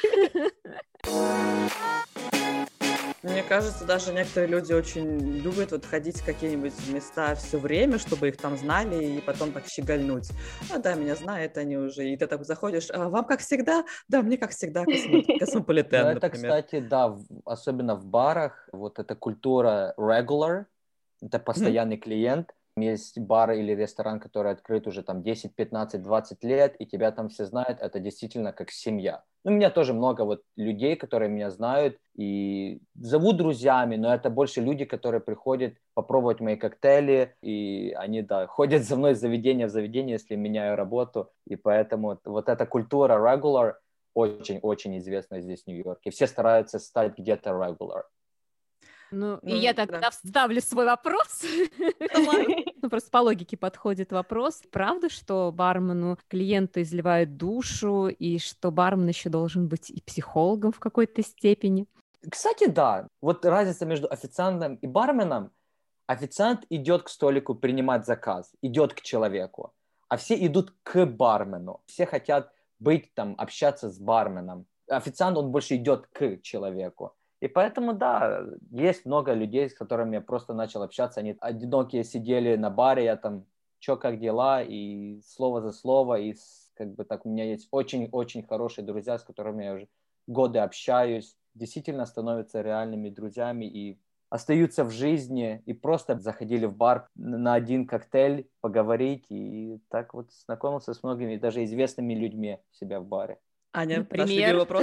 Мне кажется, даже некоторые люди очень любят вот ходить в какие-нибудь места все время, чтобы их там знали, и потом так щегольнуть. А да, меня знают они уже. И ты так заходишь, а вам как всегда? Да, мне как всегда, космо- космополитен, Ну, это, например. кстати, да, в- особенно в барах, вот эта культура regular, это Мгм. постоянный клиент. Есть бар или ресторан, который открыт уже там десять, пятнадцать, двадцать лет, и тебя там все знают, это действительно как семья. Ну, у меня тоже много вот людей, которые меня знают и зовут друзьями, но это больше люди, которые приходят попробовать мои коктейли, и они, да, ходят за мной из заведения в заведение, если меняю работу, и поэтому вот эта культура regular очень-очень известна здесь в Нью-Йорке. Все стараются стать где-то regular. Ну, и Ну, я да. тогда вставлю свой вопрос. Ну, просто по логике подходит вопрос. Правда, что бармену клиенту изливают душу, и что бармен еще должен быть и психологом в какой-то степени? Кстати, да. Вот разница между официантом и барменом. Официант идет к столику принимать заказ, идет к человеку, а все идут к бармену. Все хотят быть там, общаться с барменом. Официант, он больше идет к человеку. И поэтому, да, есть много людей, с которыми я просто начал общаться. Они одинокие сидели на баре, я там, чё, как дела, и слово за слово, и с- как бы так у меня есть очень-очень хорошие друзья, с которыми я уже годы общаюсь, действительно становятся реальными друзьями и остаются в жизни, и просто заходили в бар на один коктейль поговорить, и так вот знакомился с многими, даже известными людьми себя в баре. Аня, наш Например? любимый вопрос.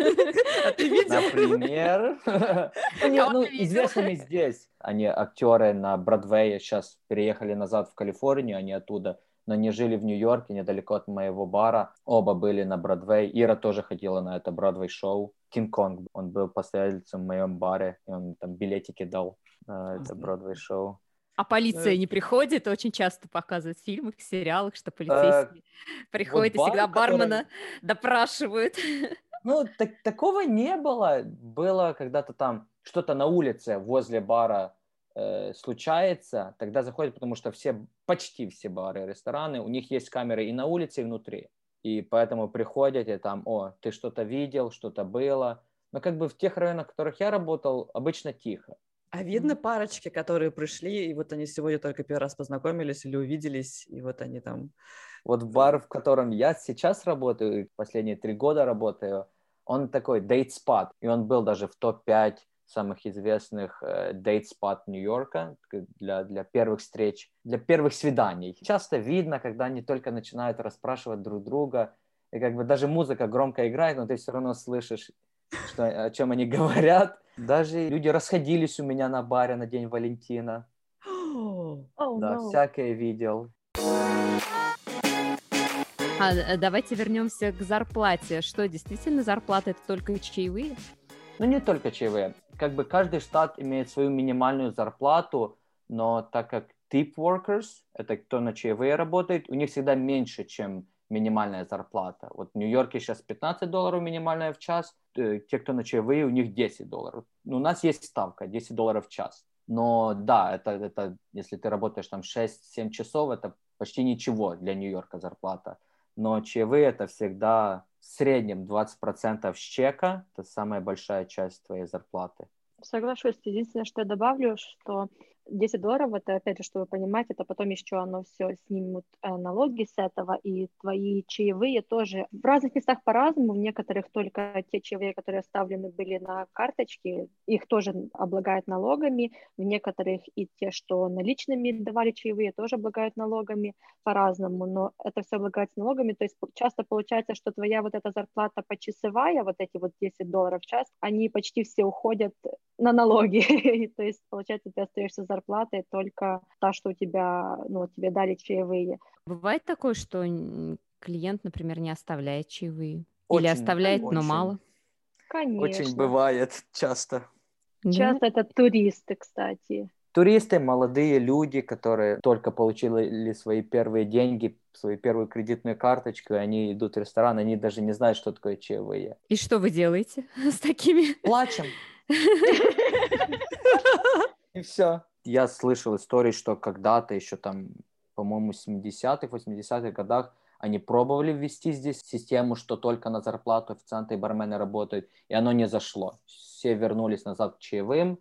А ты видел? Например, ну, не, Кого ну, ты видел? известными здесь. Они актеры на Бродвее, сейчас переехали назад в Калифорнию, они оттуда, но они жили в Нью-Йорке, недалеко от моего бара. Оба были на Бродвее. Ира тоже ходила на это Бродвей-шоу. Кинг-Конг, он был постояльцем в моем баре, и он там билетики дал на это Бродвей-шоу. А полиция Ну, не приходит? Очень часто показывают в фильмах, сериалах, что Э, полицейские Вот приходят и бар, всегда в котором... бармена допрашивают. Ну, так, такого не было. Было когда-то там что-то на улице возле бара э, случается, тогда заходят, потому что все, почти все бары и рестораны, у них есть камеры и на улице, и внутри. И поэтому приходят и там, о, ты что-то видел, что-то было. Но как бы в тех районах, в которых я работал, обычно тихо. А видно парочки, которые пришли, и вот они сегодня только первый раз познакомились или увиделись, и вот они там... Вот бар, в котором я сейчас работаю, последние три года работаю, он такой дейт-спот, и он был даже в топ пять самых известных э, дейт-спот Нью-Йорка для, для первых встреч, для первых свиданий. Часто видно, когда они только начинают расспрашивать друг друга, и как бы даже музыка громко играет, но ты все равно слышишь, что, о чем они говорят. Даже люди расходились у меня на баре на День Валентина. Oh, Да, no. всякое видел. А, э, давайте вернемся к зарплате. Что, действительно, зарплата — это только чаевые? Ну, не только чаевые. Как бы каждый штат имеет свою минимальную зарплату, но так как tip workers, это кто на чаевые работает, у них всегда меньше, чем минимальная зарплата. Вот в Нью-Йорке сейчас пятнадцать долларов минимальная в час, э, те, кто на чаевые, у них десять долларов. Ну, у нас есть ставка десять долларов в час. Но да, это, это если ты работаешь там шесть-семь часов, это почти ничего для Нью-Йорка зарплата. Но чаевые это всегда в среднем двадцать процентов с чека, это самая большая часть твоей зарплаты. Соглашусь. Единственное, что я добавлю, что десять долларов, это, опять же, чтобы понимать, это потом еще оно все снимут э, налоги с этого, и твои чаевые тоже. В разных местах по-разному, в некоторых только те чаевые, которые оставлены были на карточке, их тоже облагают налогами, в некоторых и те, что наличными давали чаевые, тоже облагают налогами по-разному, но это все облагается налогами, то есть часто получается, что твоя вот эта зарплата почасовая, вот эти вот десять долларов в час, они почти все уходят на налоги, то есть получается ты остаешься с зарплатой только та, что у тебя, ну, тебе дали чаевые. Бывает такое, что н- клиент, например, не оставляет чаевые? Или Очень, оставляет, но очень, мало? очень Конечно. бывает часто. Да? Часто это туристы, кстати. Туристы, молодые люди, которые только получили свои первые деньги, свою первую кредитную карточку, и они идут в ресторан, они даже не знают, что такое чаевые. И что вы делаете с такими? Плачем. И все. Я слышал истории, что когда-то еще там, по-моему, в семидесятых, восьмидесятых годах Они пробовали ввести здесь систему, что только на зарплату официанты и бармены работают, и оно не зашло. Все вернулись назад к чаевым,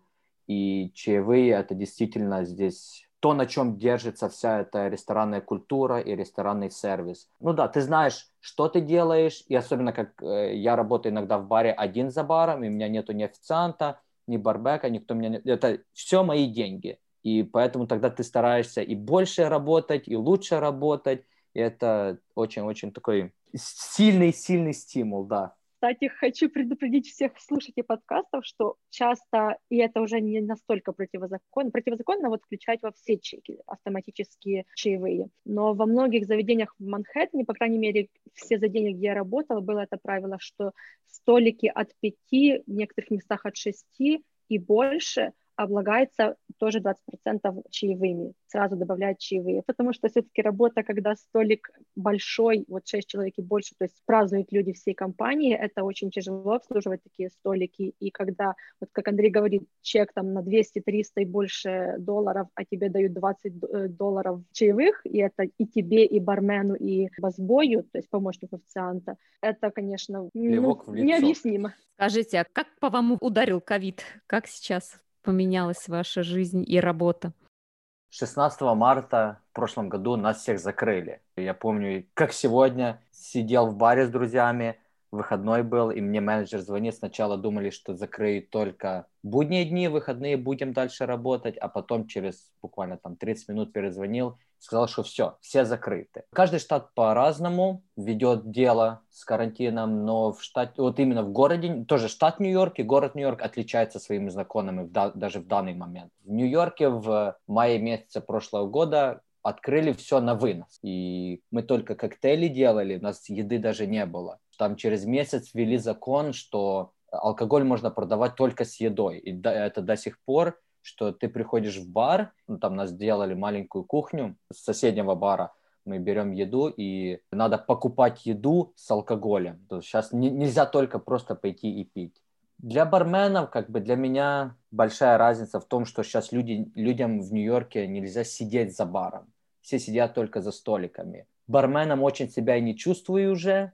и чаевые — это действительно здесь то, на чем держится вся эта ресторанная культура и ресторанный сервис. Ну да, ты знаешь, что ты делаешь, и особенно как э, я работаю иногда в баре один за баром, и у меня нету ни официанта, ни барбека, никто меня не... Это все мои деньги. И поэтому тогда ты стараешься и больше работать, и лучше работать. И это очень-очень такой сильный-сильный стимул, да. Кстати, хочу предупредить всех слушателей подкастов, что часто, и это уже не настолько противозаконно, противозаконно вот включать во все чеки автоматические чаевые. Но во многих заведениях в Манхэттене, по крайней мере, все заведения, где я работала, было это правило, что столики от пяти, в некоторых местах от шести и больше облагается тоже двадцать процентов чаевыми, сразу добавляют чаевые, потому что все-таки работа, когда столик большой, вот шесть человек и больше, то есть празднуют люди всей компании, это очень тяжело обслуживать такие столики, и когда, вот как Андрей говорит, чек там на двести-триста и больше долларов, а тебе дают двадцать долларов чаевых, и это и тебе, и бармену, и басбою, то есть помощнику официанта, это, конечно, ну, необъяснимо. Скажите, а как по вам ударил ковид? Как сейчас поменялась ваша жизнь и работа? шестнадцатого марта в прошлом году нас всех закрыли. Я помню, как сегодня, сидел в баре с друзьями, выходной был, и мне менеджер звонит. Сначала думали, что закрыют только будние дни, выходные будем дальше работать, а потом через буквально там тридцать минут перезвонил, сказал, что все, все закрыты. Каждый штат по-разному ведет дело с карантином, но в штате, вот именно в городе, тоже штат Нью-Йорк и город Нью-Йорк отличается своими законами в, даже в данный момент. В Нью-Йорке в мае месяце прошлого года открыли все на вынос. И мы только коктейли делали, у нас еды даже не было. Там через месяц ввели закон, что алкоголь можно продавать только с едой. И это до сих пор, что ты приходишь в бар, ну, там нас делали маленькую кухню с соседнего бара, мы берем еду, и надо покупать еду с алкоголем. То есть сейчас не, нельзя только просто пойти и пить. Для барменов, как бы для меня большая разница в том, что сейчас люди, людям в Нью-Йорке нельзя сидеть за баром. Все сидят только за столиками. Барменом очень себя и не чувствую уже,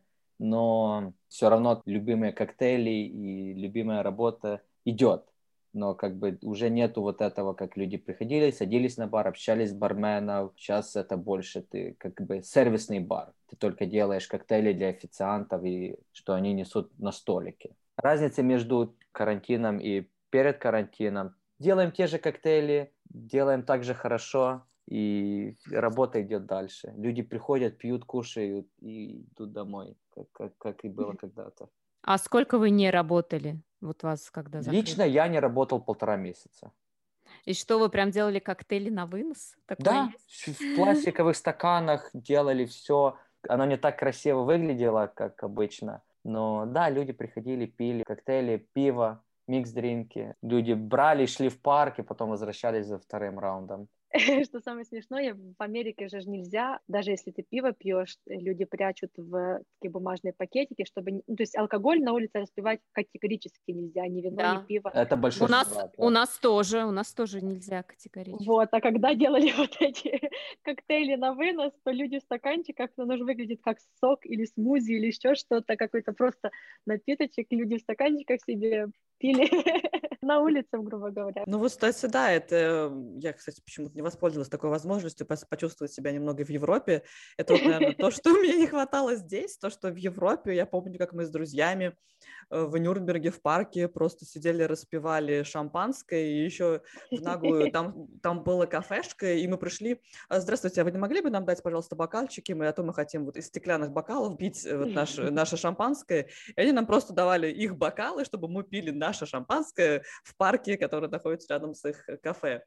но все равно любимые коктейли и любимая работа идет. Но как бы уже нету вот этого, как люди приходили, садились на бар, общались с барменом. Сейчас это больше ты как бы сервисный бар. Ты только делаешь коктейли для официантов, и что они несут на столике. Разница между карантином и перед карантином. Делаем те же коктейли, делаем так же хорошо, и работа идет дальше. Люди приходят, пьют, кушают и идут домой, как, как, как и было когда-то. А сколько вы не работали? Вот вас когда закрыли? Лично я не работал полтора месяца. И что, вы прям делали коктейли на вынос? Такое да, есть? В пластиковых стаканах делали все. Оно не так красиво выглядело, как обычно. Но да, люди приходили, пили коктейли, пиво, микс-дринки. Люди брали, шли в парк и потом возвращались за вторым раундом. Что самое смешное, в Америке же нельзя, даже если ты пиво пьешь, люди прячут в такие бумажные пакетики, чтобы... Ну, то есть алкоголь на улице распивать категорически нельзя, ни вино, да. ни пиво. Это большой у нас, штраф, да. у нас тоже, у нас тоже нельзя категорически. Вот, а когда делали вот эти коктейли на вынос, то люди в стаканчиках, оно же выглядит как сок или смузи или еще что-то, какой-то просто напиточек, люди в стаканчиках себе пили на улице, грубо говоря. Ну вот, кстати, да, это... Я, кстати, почему-то не воспользовалась такой возможностью почувствовать себя немного в Европе. Это вот, наверное, то, что мне не хватало здесь, то, что в Европе, я помню, как мы с друзьями в Нюрнберге в парке просто сидели, распивали шампанское, и еще в наглую, там, там была кафешка, и мы пришли: здравствуйте, а вы не могли бы нам дать, пожалуйста, бокальчики? Мы, а то мы хотим вот из стеклянных бокалов пить вот наше, наше шампанское. И они нам просто давали их бокалы, чтобы мы пили наше шампанское в парке, который находится рядом с их кафе.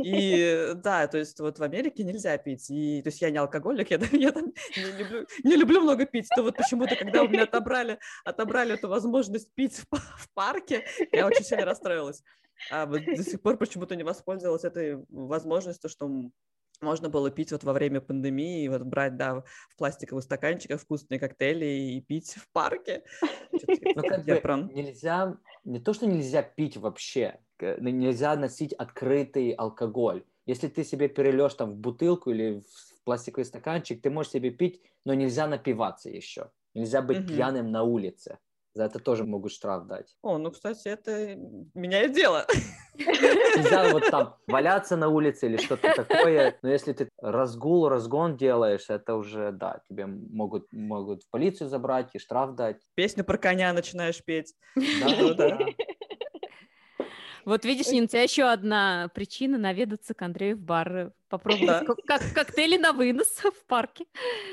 И да, то есть вот в Америке нельзя пить. И, то есть я не алкоголик, я, я там не люблю, не люблю много пить. То вот почему-то, когда у меня отобрали, отобрали эту возможность пить в, в парке, я очень сильно расстроилась. А вот до сих пор почему-то не воспользовалась этой возможностью, что можно было пить вот во время пандемии, вот брать, да, в пластиковых стаканчиках вкусные коктейли и пить в парке. Ну, как бы нельзя, не то, что нельзя пить вообще, нельзя носить открытый алкоголь. Если ты себе перельешь там в бутылку или в пластиковый стаканчик, ты можешь себе пить, но нельзя напиваться еще. Нельзя быть Мгм. пьяным на улице. За это тоже могут штраф дать. О, ну, кстати, это меняет дело. Нельзя вот там валяться на улице или что-то такое. Но если ты разгул, разгон делаешь, это уже, да, тебе могут, могут в полицию забрать и штраф дать. Песню про коня начинаешь петь. Да, Ну да. да. Вот видишь, Нин, у тебя еще одна причина наведаться к Андрею в бар, попробовать Да. ко- как коктейли на вынос в парке.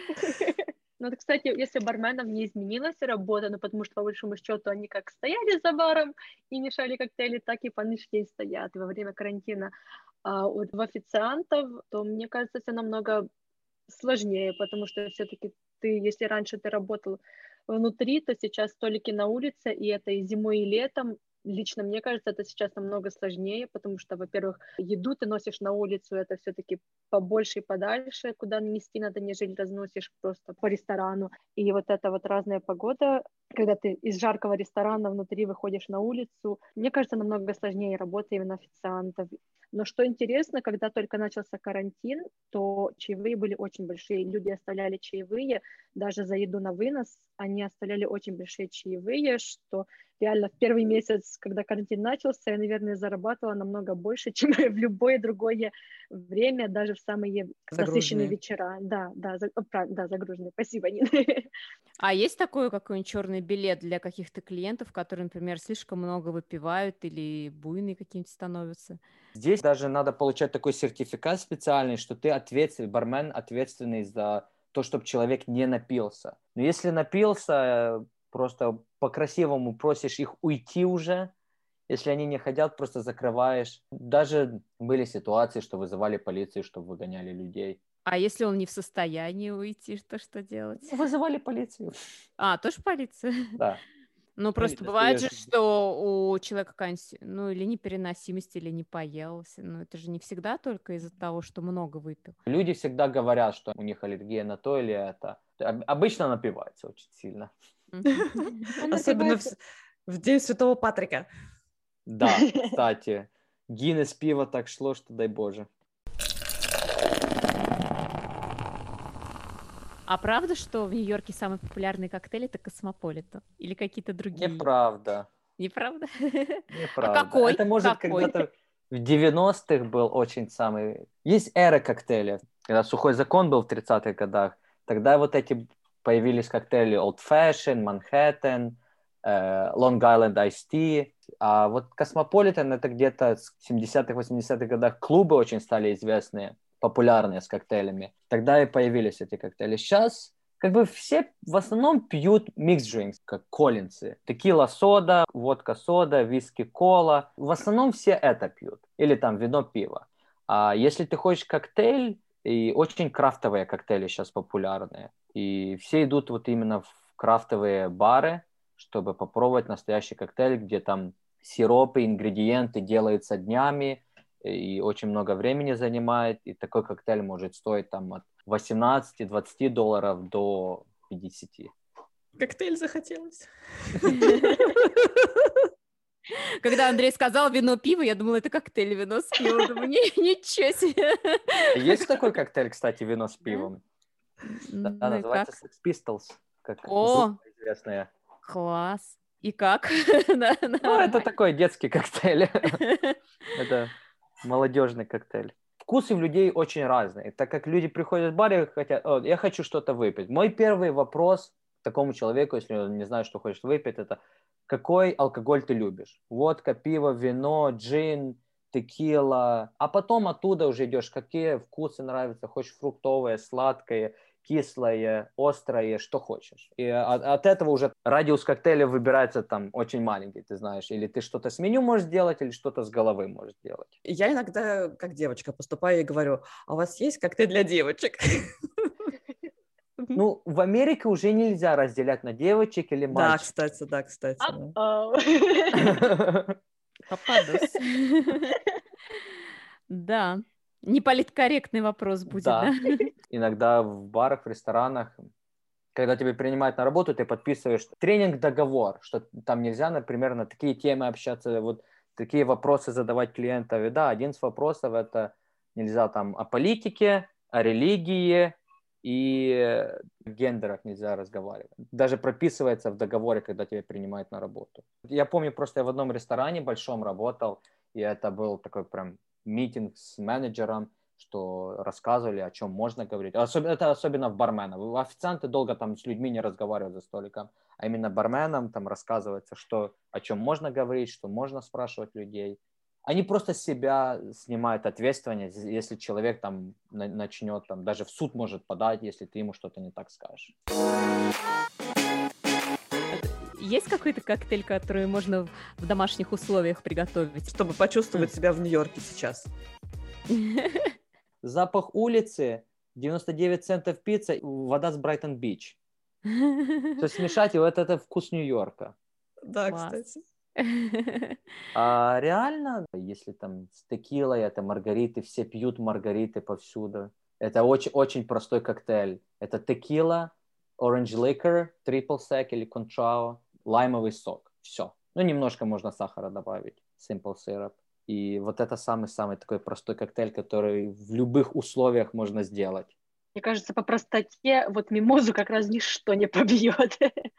Ну, это, кстати, если барменом не изменилась работа, ну, потому что, по большому счету, они как стояли за баром и мешали коктейли, так и по нынешний день стоят. И во время карантина а, вот в официантов, то, мне кажется, все намного сложнее, потому что все-таки ты, если раньше ты работал внутри, то сейчас столики на улице, и это и зимой, и летом. Лично мне кажется, это сейчас намного сложнее, потому что, во-первых, еду ты носишь на улицу, это все-таки побольше и подальше, куда нести надо, нежели разносишь просто по ресторану. И вот эта вот разная погода, когда ты из жаркого ресторана внутри выходишь на улицу, мне кажется, намного сложнее работа именно официантов. Но что интересно, когда только начался карантин, то чаевые были очень большие. Люди оставляли чаевые, даже за еду на вынос, они оставляли очень большие чаевые, что реально в первый месяц, когда карантин начался, я, наверное, зарабатывала намного больше, чем в любое другое время, даже в самые насыщенные Загруженные. вечера. Да, да, за- о, прав- да, загруженные. Спасибо, Нина. А есть такой какой-нибудь черный билет для каких-то клиентов, которые, например, слишком много выпивают или буйные какие-нибудь становятся? Здесь даже надо получать такой сертификат специальный, что ты ответственный, бармен ответственный за то, чтобы человек не напился. Но если напился, просто по-красивому просишь их уйти уже. Если они не хотят, просто закрываешь. Даже были ситуации, что вызывали полицию, чтобы выгоняли людей. А если он не в состоянии уйти, то что делать? Вызывали полицию. А, тоже полиция? Да. Ну, просто Или бывает же, достаешь- что у человека какая-нибудь, ну, или непереносимость, или не поелся. Ну, это же не всегда только из-за того, что много выпил. Люди всегда говорят, что у них аллергия на то или это. Об- Обычно напивается очень сильно. Мгм. Он Особенно в, напивается. с- в день Святого Патрика. Да, кстати. Гиннес пиво так шло, что дай боже. А правда, что в Нью-Йорке самый популярный коктейль это Космополитен? Или какие-то другие? Неправда. Неправда? Неправда. А какой? Это может Какой? когда-то в девяностых был очень самый... Есть эра коктейлей. Когда сухой закон был в тридцатых годах, тогда вот эти появились коктейли Old Fashioned, Manhattan, э, Long Island Iced Tea. А вот Cosmopolitan это где-то в семидесятых, восьмидесятых годах клубы очень стали известные, популярные с коктейлями. Тогда и появились эти коктейли. Сейчас как бы все в основном пьют mixed drinks, как коллинсы. Текила сода, водка сода, виски кола. В основном все это пьют. Или там вино пиво. А если ты хочешь коктейль, и очень крафтовые коктейли сейчас популярные. И все идут вот именно в крафтовые бары, чтобы попробовать настоящий коктейль, где там сиропы, ингредиенты делаются днями, и очень много времени занимает, и такой коктейль может стоить там от восемнадцати-двадцати долларов до пятидесяти. Коктейль захотелось. Когда Андрей сказал вино, пиво, я думала, это коктейль вино с пивом. Думаю, «Ни- ничего себе. Есть такой коктейль, кстати, вино с пивом? Да, Ну и называется как? Sex Pistols, как О! группа известная. Класс. И как? Да, Ну, это нормально. такой детский коктейль. Это молодежный коктейль. Вкусы у людей очень разные, так как люди приходят в бар и хотят, «О, я хочу что-то выпить». Мой первый вопрос такому человеку, если он не знает, что хочет выпить, это какой алкоголь ты любишь? Водка, пиво, вино, джин, текила. А потом оттуда уже идешь, какие вкусы нравятся. Хочешь фруктовое, сладкое, кислое, острое, что хочешь. И от, от этого уже радиус коктейля выбирается там очень маленький, ты знаешь. Или ты что-то с меню можешь сделать, или что-то с головы можешь делать. Я иногда, как девочка, поступаю и говорю, а у вас есть коктейль для девочек? Ну, в Америке уже нельзя разделять на девочек или Да, мальчиков. кстати, да, кстати. да. А-ау. Попадусь. Да. Неполиткорректный вопрос будет, да? Да. Иногда в барах, в ресторанах, когда тебя принимают на работу, ты подписываешь тренинг-договор, что там нельзя, например, на такие темы общаться, вот такие вопросы задавать клиентам. И да, один из вопросов это нельзя там о политике, о религии и гендерах нельзя разговаривать. Даже прописывается в договоре, когда тебя принимают на работу. Я помню, просто я в одном ресторане большом работал, и это был такой прям митинг с менеджером, что рассказывали, о чем можно говорить. Особенно, это особенно в барменах. Официанты долго там с людьми не разговаривают за столиком, а именно барменам там рассказывается, что, о чем можно говорить, что можно спрашивать людей. Они просто с себя снимают ответственность, если человек там начнет, там, даже в суд может подать, если ты ему что-то не так скажешь. Есть какой-то коктейль, который можно в домашних условиях приготовить? Чтобы почувствовать себя в Нью-Йорке сейчас. Запах улицы, девяносто девять центов пицца, вода с Брайтон-Бич. То есть смешать его, это, это вкус Нью-Йорка. Да, Класс. кстати. А реально, если там с текилой, это маргариты, все пьют маргариты повсюду. Это очень, очень простой коктейль. Это текила, orange liquor, triple sec или contrao, лаймовый сок. Все. Ну, немножко можно сахара добавить, simple syrup. И вот это самый-самый такой простой коктейль, который в любых условиях можно сделать. Мне кажется, по простоте вот мимозу как раз ничто не побьет.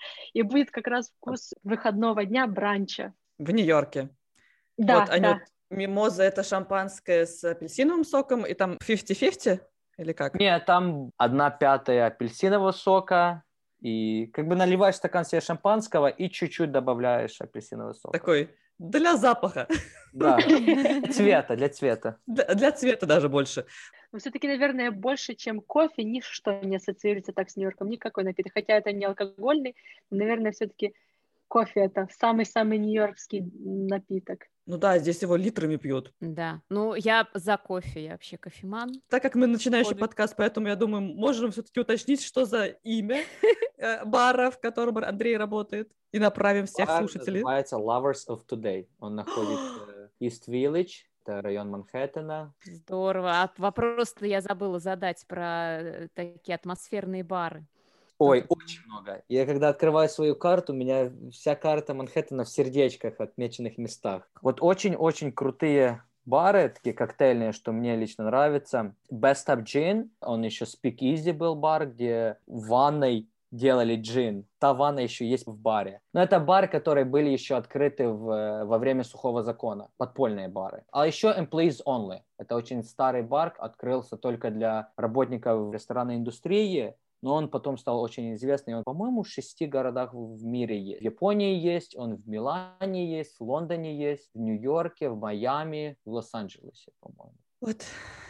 И будет как раз вкус выходного дня бранча. В Нью-Йорке. Да, вот, Анют, да. мимоза — это шампанское с апельсиновым соком, и там пятьдесят на пятьдесят? Или как? Нет, там одна пятая апельсинового сока, и как бы наливаешь стакан себе шампанского и чуть-чуть добавляешь апельсинового сока. Такой для запаха. Да, цвета, для цвета. Для, для цвета даже больше. Но все-таки, наверное, больше, чем кофе, ничто не ассоциируется так с Нью-Йорком, никакой напиток. Хотя это не алкогольный, но, наверное, все-таки кофе — это самый-самый нью-йоркский напиток. Ну да, здесь его литрами пьют. Да, ну я за кофе, я вообще кофеман. Так как мы начинающий Кофе. подкаст, поэтому, я думаю, можем все-таки уточнить, что за имя э, бара, в котором Андрей работает, и направим всех Бар слушателей. называется Lovers of Today. Он находится в East Village, это район Манхэттена. Здорово. А вопрос-то я забыла задать про такие атмосферные бары. Ой, очень много. Я когда открываю свою карту, у меня вся карта Манхэттена в сердечках, отмеченных местах. Вот очень-очень крутые бары, такие коктейльные, что мне лично нравится. Best Up Gin, он еще Speak Easy был бар, где в ванной делали джин. Та ванна еще есть в баре. Но это бары, которые были еще открыты в, во время сухого закона. Подпольные бары. А еще Employees Only. Это очень старый бар, открылся только для работников ресторанной индустрии. Но он потом стал очень известный. Он, по-моему, в шести городах в мире есть. В Японии есть, он в Милане есть, в Лондоне есть, в Нью-Йорке, в Майами, в Лос-Анджелесе, по-моему. Вот.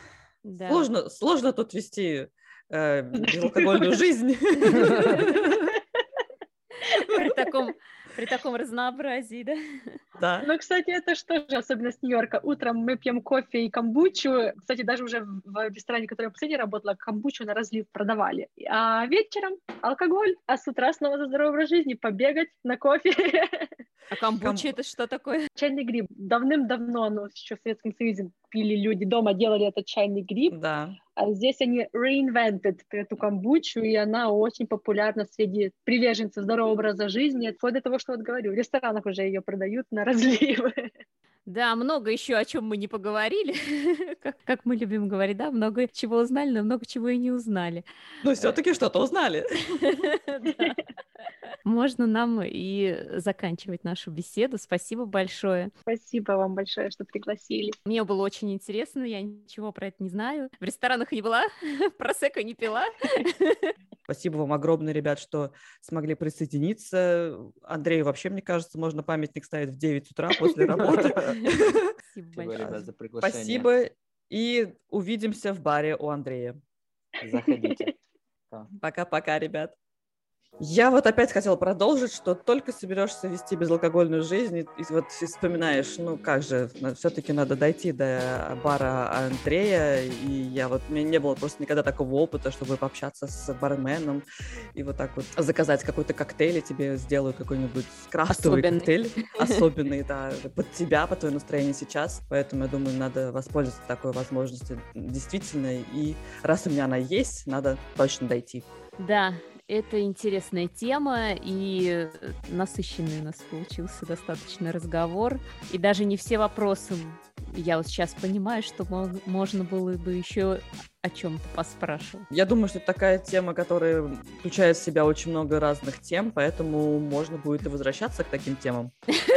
Да. Сложно, сложно тут вести э, безалкогольную жизнь. При таком, при таком разнообразии, да? Да. Ну, кстати, это что же особенность Нью-Йорка? Утром мы пьем кофе и камбучу. Кстати, даже уже в ресторане, в котором я последний работала, камбучу на разлив продавали. А вечером алкоголь, а с утра снова за здоровый образ жизни, побегать на кофе. А камбуча это что такое? Чайный гриб. Давным-давно, ну, еще в Советском Союзе пили люди дома, делали этот чайный гриб. Да. А здесь они reinvented эту камбучу, и она очень популярна среди приверженцев здорового образа жизни. Вплоть до того, что вот говорю, в ресторанах уже ее продают на разливы. Да, много еще о чем мы не поговорили, как, как мы любим говорить, да, много чего узнали, но много чего и не узнали. Но все-таки что-то узнали. Да. Можно нам и заканчивать нашу беседу. Спасибо большое. Спасибо вам большое, что пригласили. Мне было очень интересно, я ничего про это не знаю. В ресторанах не была, просекко не пила. Спасибо вам огромное, ребят, что смогли присоединиться. Андрею вообще, мне кажется, можно памятник ставить в девять утра после работы. Спасибо Спасибо, большое. ребят, за приглашение. Спасибо, и увидимся в баре у Андрея. Заходите. Пока-пока, ребят. Я вот опять хотела продолжить, что только соберешься вести безалкогольную жизнь, и вот вспоминаешь, ну как же, все-таки надо дойти до бара Андрея, и я вот, у меня не было просто никогда такого опыта, чтобы пообщаться с барменом, и вот так вот заказать какой-то коктейль, и тебе сделают какой-нибудь крафтовый Особенный. коктейль, особенный, да, под тебя, под твое настроение сейчас, поэтому я думаю, надо воспользоваться такой возможностью действительно, и раз у меня она есть, надо точно дойти. Да, это интересная тема, и насыщенный у нас получился достаточно разговор. И даже не все вопросы я вот сейчас понимаю, что можно было бы еще о чем-то поспрашивать. Я думаю, что это такая тема, которая включает в себя очень много разных тем, поэтому можно будет и возвращаться к таким темам.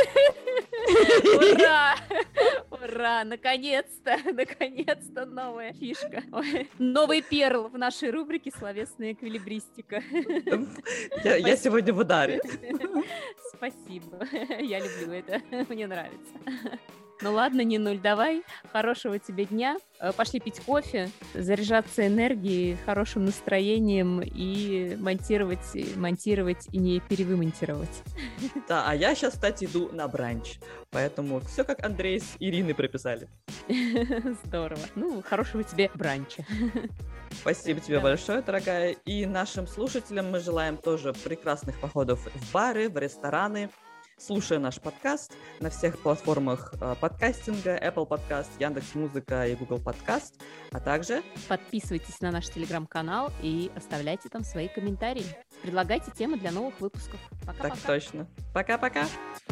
Ура! Ура! Наконец-то! Наконец-то новая фишка. Ой, новый перл в нашей рубрике «Словесная эквилибристика». Я, я сегодня в ударе. Спасибо. Я люблю это. Мне нравится. Ну ладно, Нинуль, давай. Хорошего тебе дня. Пошли пить кофе, заряжаться энергией, хорошим настроением и монтировать, монтировать и не перевымонтировать. Да, а я сейчас, кстати, иду на бранч. Поэтому все как Андрей с Ириной прописали. Здорово. Ну, хорошего тебе бранча. Спасибо тебе большое, дорогая. И нашим слушателям мы желаем тоже прекрасных походов в бары, в рестораны. Слушай наш подкаст на всех платформах э, подкастинга, Apple Podcast, Яндекс.Музыка и Google Podcast, а также подписывайтесь на наш телеграм-канал и оставляйте там свои комментарии. Предлагайте темы для новых выпусков. Пока-пока. Так точно. Пока-пока.